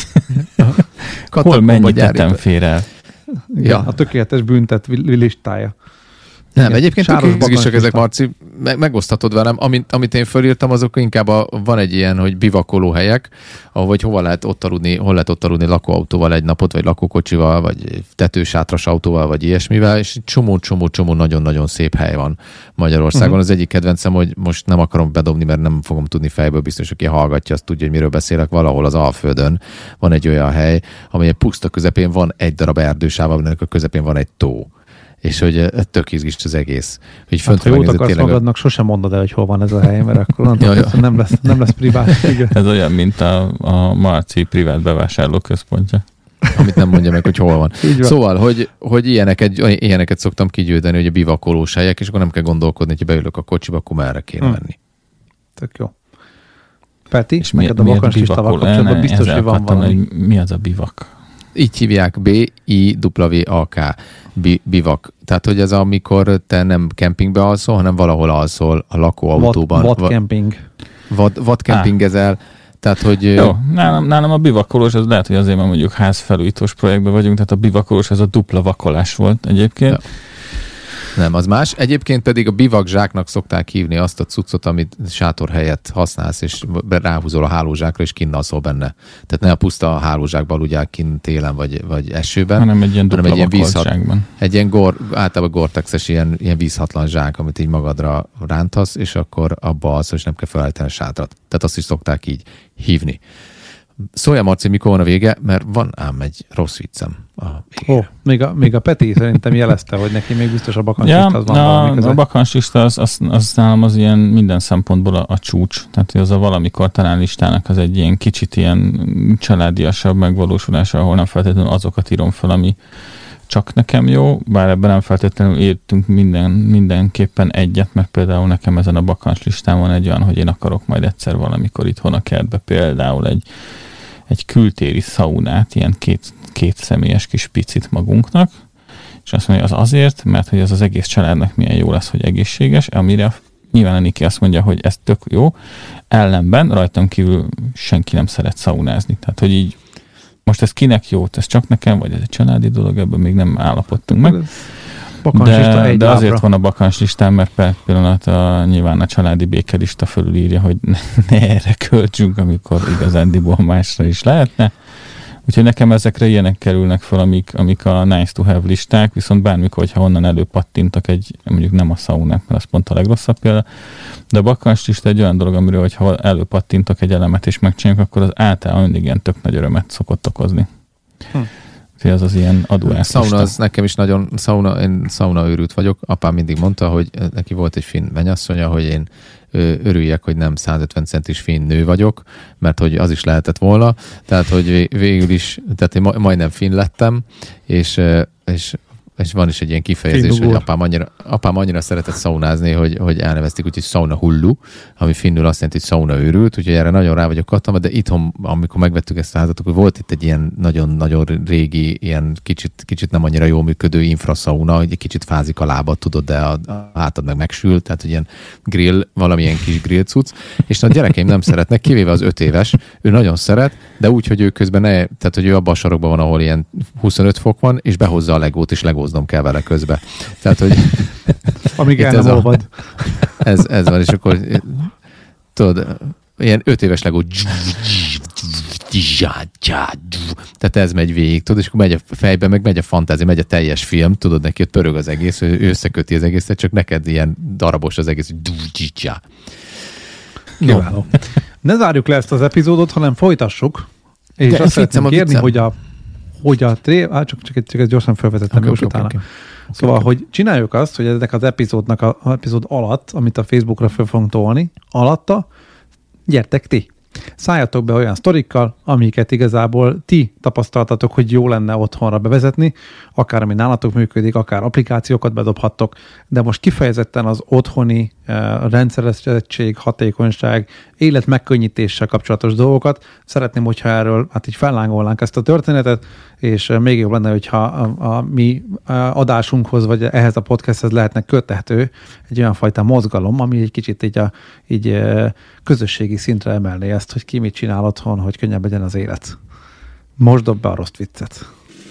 Hol mennyi tetem el? Ja. A tökéletes büntet listája. Nem, igen, egyébként tök izgisak ezek, Marci, megoszthatod velem. Amit én fölírtam, azok inkább van egy ilyen, hogy bivakoló helyek, ahogy hol lehet ott aludni lakóautóval egy napot, vagy lakókocsival, vagy tetősátras autóval, vagy ilyesmivel, és csomó nagyon-nagyon szép hely van Magyarországon. Az egyik kedvencem, hogy most nem akarom bedobni, mert nem fogom tudni fejből, biztos, aki hallgatja, azt tudja, hogy miről beszélek, valahol az Alföldön van egy olyan hely, amely egy puszta közepén van egy darab erdősáv, aminek a közepén van egy tó. És hogy tök izgis az egész. Hogy ha jót akarsz magadnak, sosem mondod el, hogy hol van ez a hely, mert akkor nem lesz privát. Igen. Ez olyan, mint a Marci privát bevásárlóközpontja. Amit nem mondja meg, hogy hol van. Szóval, hogy ilyeneket szoktam kigyűjteni, hogy a bivakolós helyek, és akkor nem kell gondolkodni, hogy beülök a kocsiba, akkor merre kéne menni. Tök jó. Peti, és neked a bakancslistával kapcsolatban biztos, hogy van valami. Mi az a bivak? Így hívják, B-I-W-A-K, bivak. Tehát, hogy ez amikor te nem kempingbe alszol, hanem valahol alszol a lakóautóban. Vadcamping. Vadcampingezel. Tehát, hogy... Jó, nálam a bivakolós, az lehet, hogy azért, mert mondjuk házfelújítós projektben vagyunk, tehát a bivakolós, ez a dupla vakolás volt egyébként. Ja. Nem, az más. Egyébként pedig a bivakzsáknak szokták hívni azt a cuccot, amit sátor helyett használsz, és ráhúzol a hálózsákra, és kinn alszol benne. Tehát ne a puszta hálózsákban aludjál kinn télen vagy esőben, hanem egy ilyen dupla vakoltságban. Egy ilyen általában Gore-Tex-es ilyen vízhatlan zsák, amit így magadra rántasz, és akkor abba alszol, és nem kell felállítani a sátrat. Tehát azt is szokták így hívni. Szóljál, Marci, mikor van a vége, mert van ám egy rossz viccem. Még a Peti szerintem jelezte, hogy neki még biztos a bakancslista az van. A bakancslista az nálam az ilyen minden szempontból a csúcs. Tehát az a valamikor talán listának az egy ilyen kicsit ilyen családiasabb megvalósulása, ahol nem feltétlenül azokat írom fel, ami csak nekem jó, bár ebben nem feltétlenül értünk mindenképpen egyet, mert például nekem ezen a bakancslistán van egy olyan, hogy én akarok majd egyszer valamikor itthon a kertbe például egy kültéri szaunát, ilyen két személyes kis picit magunknak, és azt mondja, az azért, mert hogy az egész családnak milyen jó lesz, hogy egészséges, amire nyilván a Niki azt mondja, hogy ez tök jó, ellenben rajtam kívül senki nem szeret szaunázni. Tehát, hogy így most ez kinek jó, ez csak nekem, vagy ez egy családi dolog, ebben még nem állapodtunk meg. De azért van a bakancslistán, mert per pillanat nyilván a családi békelista fölülírja, hogy ne erre költsünk, amikor igazándiból másra is lehetne. Úgyhogy nekem ezekre ilyenek kerülnek fel, amik a nice to have listák, viszont bármikor, hogyha onnan előpattintak mondjuk nem a szaunák, mert az pont a legrosszabb példa, de a bakancslista egy olyan dolog, amiről, hogyha előpattintak egy elemet és megcsináljuk, akkor az általában mindig ilyen tök nagy örömet szokott okozni. Ez az ilyen adóász. Sauna az nekem is nagyon, én sauna őrült vagyok. Apám mindig mondta, hogy neki volt egy finn mennyasszonya, hogy én örüljek, hogy nem 150 centis finn nő vagyok, mert hogy az is lehetett volna. Tehát, hogy végül is, tehát én majdnem finn lettem, és van is egy ilyen kifejezés, hogy apám annyira szeretett szaunázni, hogy elnevezték úgyhogy sauna hullu, ami finnül azt jelenti, hogy sauna őrült, úgyhogy erre nagyon rá vagyok kattanva, de itthon, amikor megvettük ezt a házat, akkor volt itt egy ilyen nagyon-nagyon régi, ilyen kicsit nem annyira jól működő infrasauna, hogy egy kicsit fázik a lábad, tudod, de a hátad meg megsült, tehát ilyen grill, valamilyen kis grill cucc, és a gyerekeim nem szeretnek, kivéve az 5 éves, ő nagyon szeret, de úgy, hogy ő közben tehát hogy ő abban a sarokban van, ahol ilyen 25 fok van, és behozza a legót, és legóznom kell vele közbe. Tehát, hogy amíg el nem olvad. Ez van, és akkor tudod, ilyen 5 éves legó tehát ez megy végig, tudod, és akkor megy a fejbe, meg megy a fantázia, megy a teljes film, tudod, neki ott pörög az egész, ő összeköti az egészet, csak neked ilyen darabos az egész, Kiváló. Ne zárjuk le ezt az epizódot, hanem folytassuk. És azt szeretném kérni, csak egy gyorsan felvezettem utána. Szóval, hogy csináljuk azt, hogy ezek az epizód alatt, amit a Facebookra fel fogunk tolni, alatta gyertek ti. Szálljatok be olyan sztorikkal, amiket igazából ti tapasztaltatok, hogy jó lenne otthonra bevezetni, akár ami nálatok működik, akár applikációkat bedobhattok, de most kifejezetten az otthoni rendszeresítettség, hatékonyság, élet megkönnyítéssel kapcsolatos dolgokat. Szeretném, hogyha erről így fellángolnánk ezt a történetet, és még jobb lenne, hogyha a mi adásunkhoz, vagy ehhez a podcasthez lehetne köthető egy olyan fajta mozgalom, ami egy kicsit így közösségi szintre emelné ezt, hogy ki mit csinál otthon, hogy könnyebb legyen az élet. Most dob be a rossz viccet.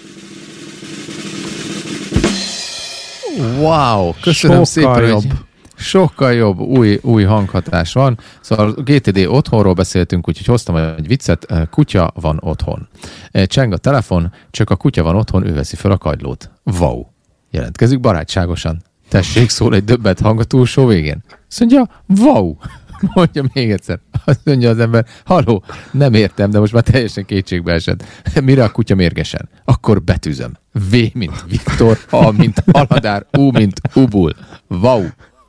Wow, köszönöm szépen, jobb. Sokkal jobb, új hanghatás van. Szóval a GTD otthonról beszéltünk, úgyhogy hoztam egy viccet. Kutya van otthon. Cseng a telefon, csak a kutya van otthon, ő veszi fel a kagylót. Wow. Jelentkezik barátságosan. Tessék, szól egy döbbent hang a túlsó végén. Azt mondja, wow. Mondja még egyszer. Azt mondja az ember, haló, nem értem, de most már teljesen kétségbe esett. Mire a kutya mérgesen? Akkor betűzöm. V, mint Viktor, A, mint Aladár, U, mint Ubul. Wow.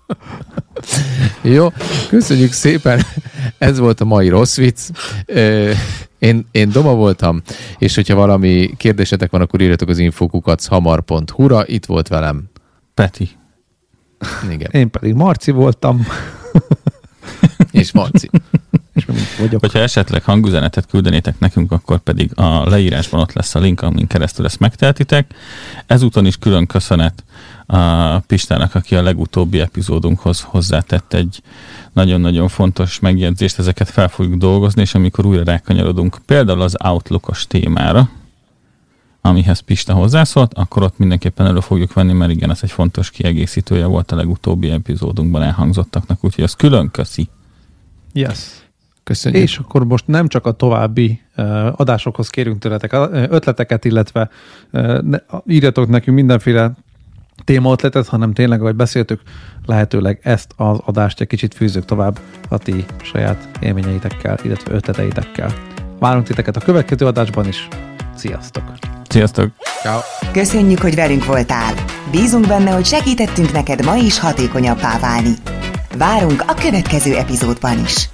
Jó, köszönjük szépen. Ez volt a mai rossz vicc. Én Doma voltam, és hogyha valami kérdésetek van, akkor írjatok az infokukachamar.hu-ra. Itt volt velem Peti. Igen. Én pedig Marci voltam. És Marci. És vagyok. Hogyha esetleg hangüzenetet küldenétek nekünk, akkor pedig a leírásban ott lesz a link, amin keresztül ezt megtehetitek. Ezúton is külön köszönet a Pistának, aki a legutóbbi epizódunkhoz hozzátett egy nagyon-nagyon fontos megjegyzést, ezeket fel fogjuk dolgozni, és amikor újra rákanyarodunk például az Outlook-os témára, amihez Pista hozzászólt, akkor ott mindenképpen elő fogjuk venni, mert igen, ez egy fontos kiegészítője volt a legutóbbi epizódunkban elhangzottaknak, úgyhogy az külön köszi. Yes. Köszönjük. És akkor most nem csak a további adásokhoz kérünk tőletek ötleteket, illetve írjatok nekünk mindenféle témaötletet, hanem tényleg, ahogy beszéltük, lehetőleg ezt az adást egy kicsit fűzzük tovább a ti saját élményeitekkel, illetve ötleteitekkel. Várunk titeket a következő adásban is. Sziasztok! Sziasztok! Ciao. Köszönjük, hogy velünk voltál! Bízunk benne, hogy segítettünk neked ma is hatékonyabbá válni. Várunk a következő epizódban is!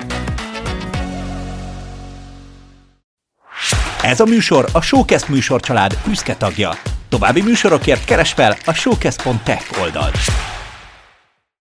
Ez a műsor a Showcast műsorcsalád büszke tagja. További műsorokért keresd fel a showcast.tech oldalt.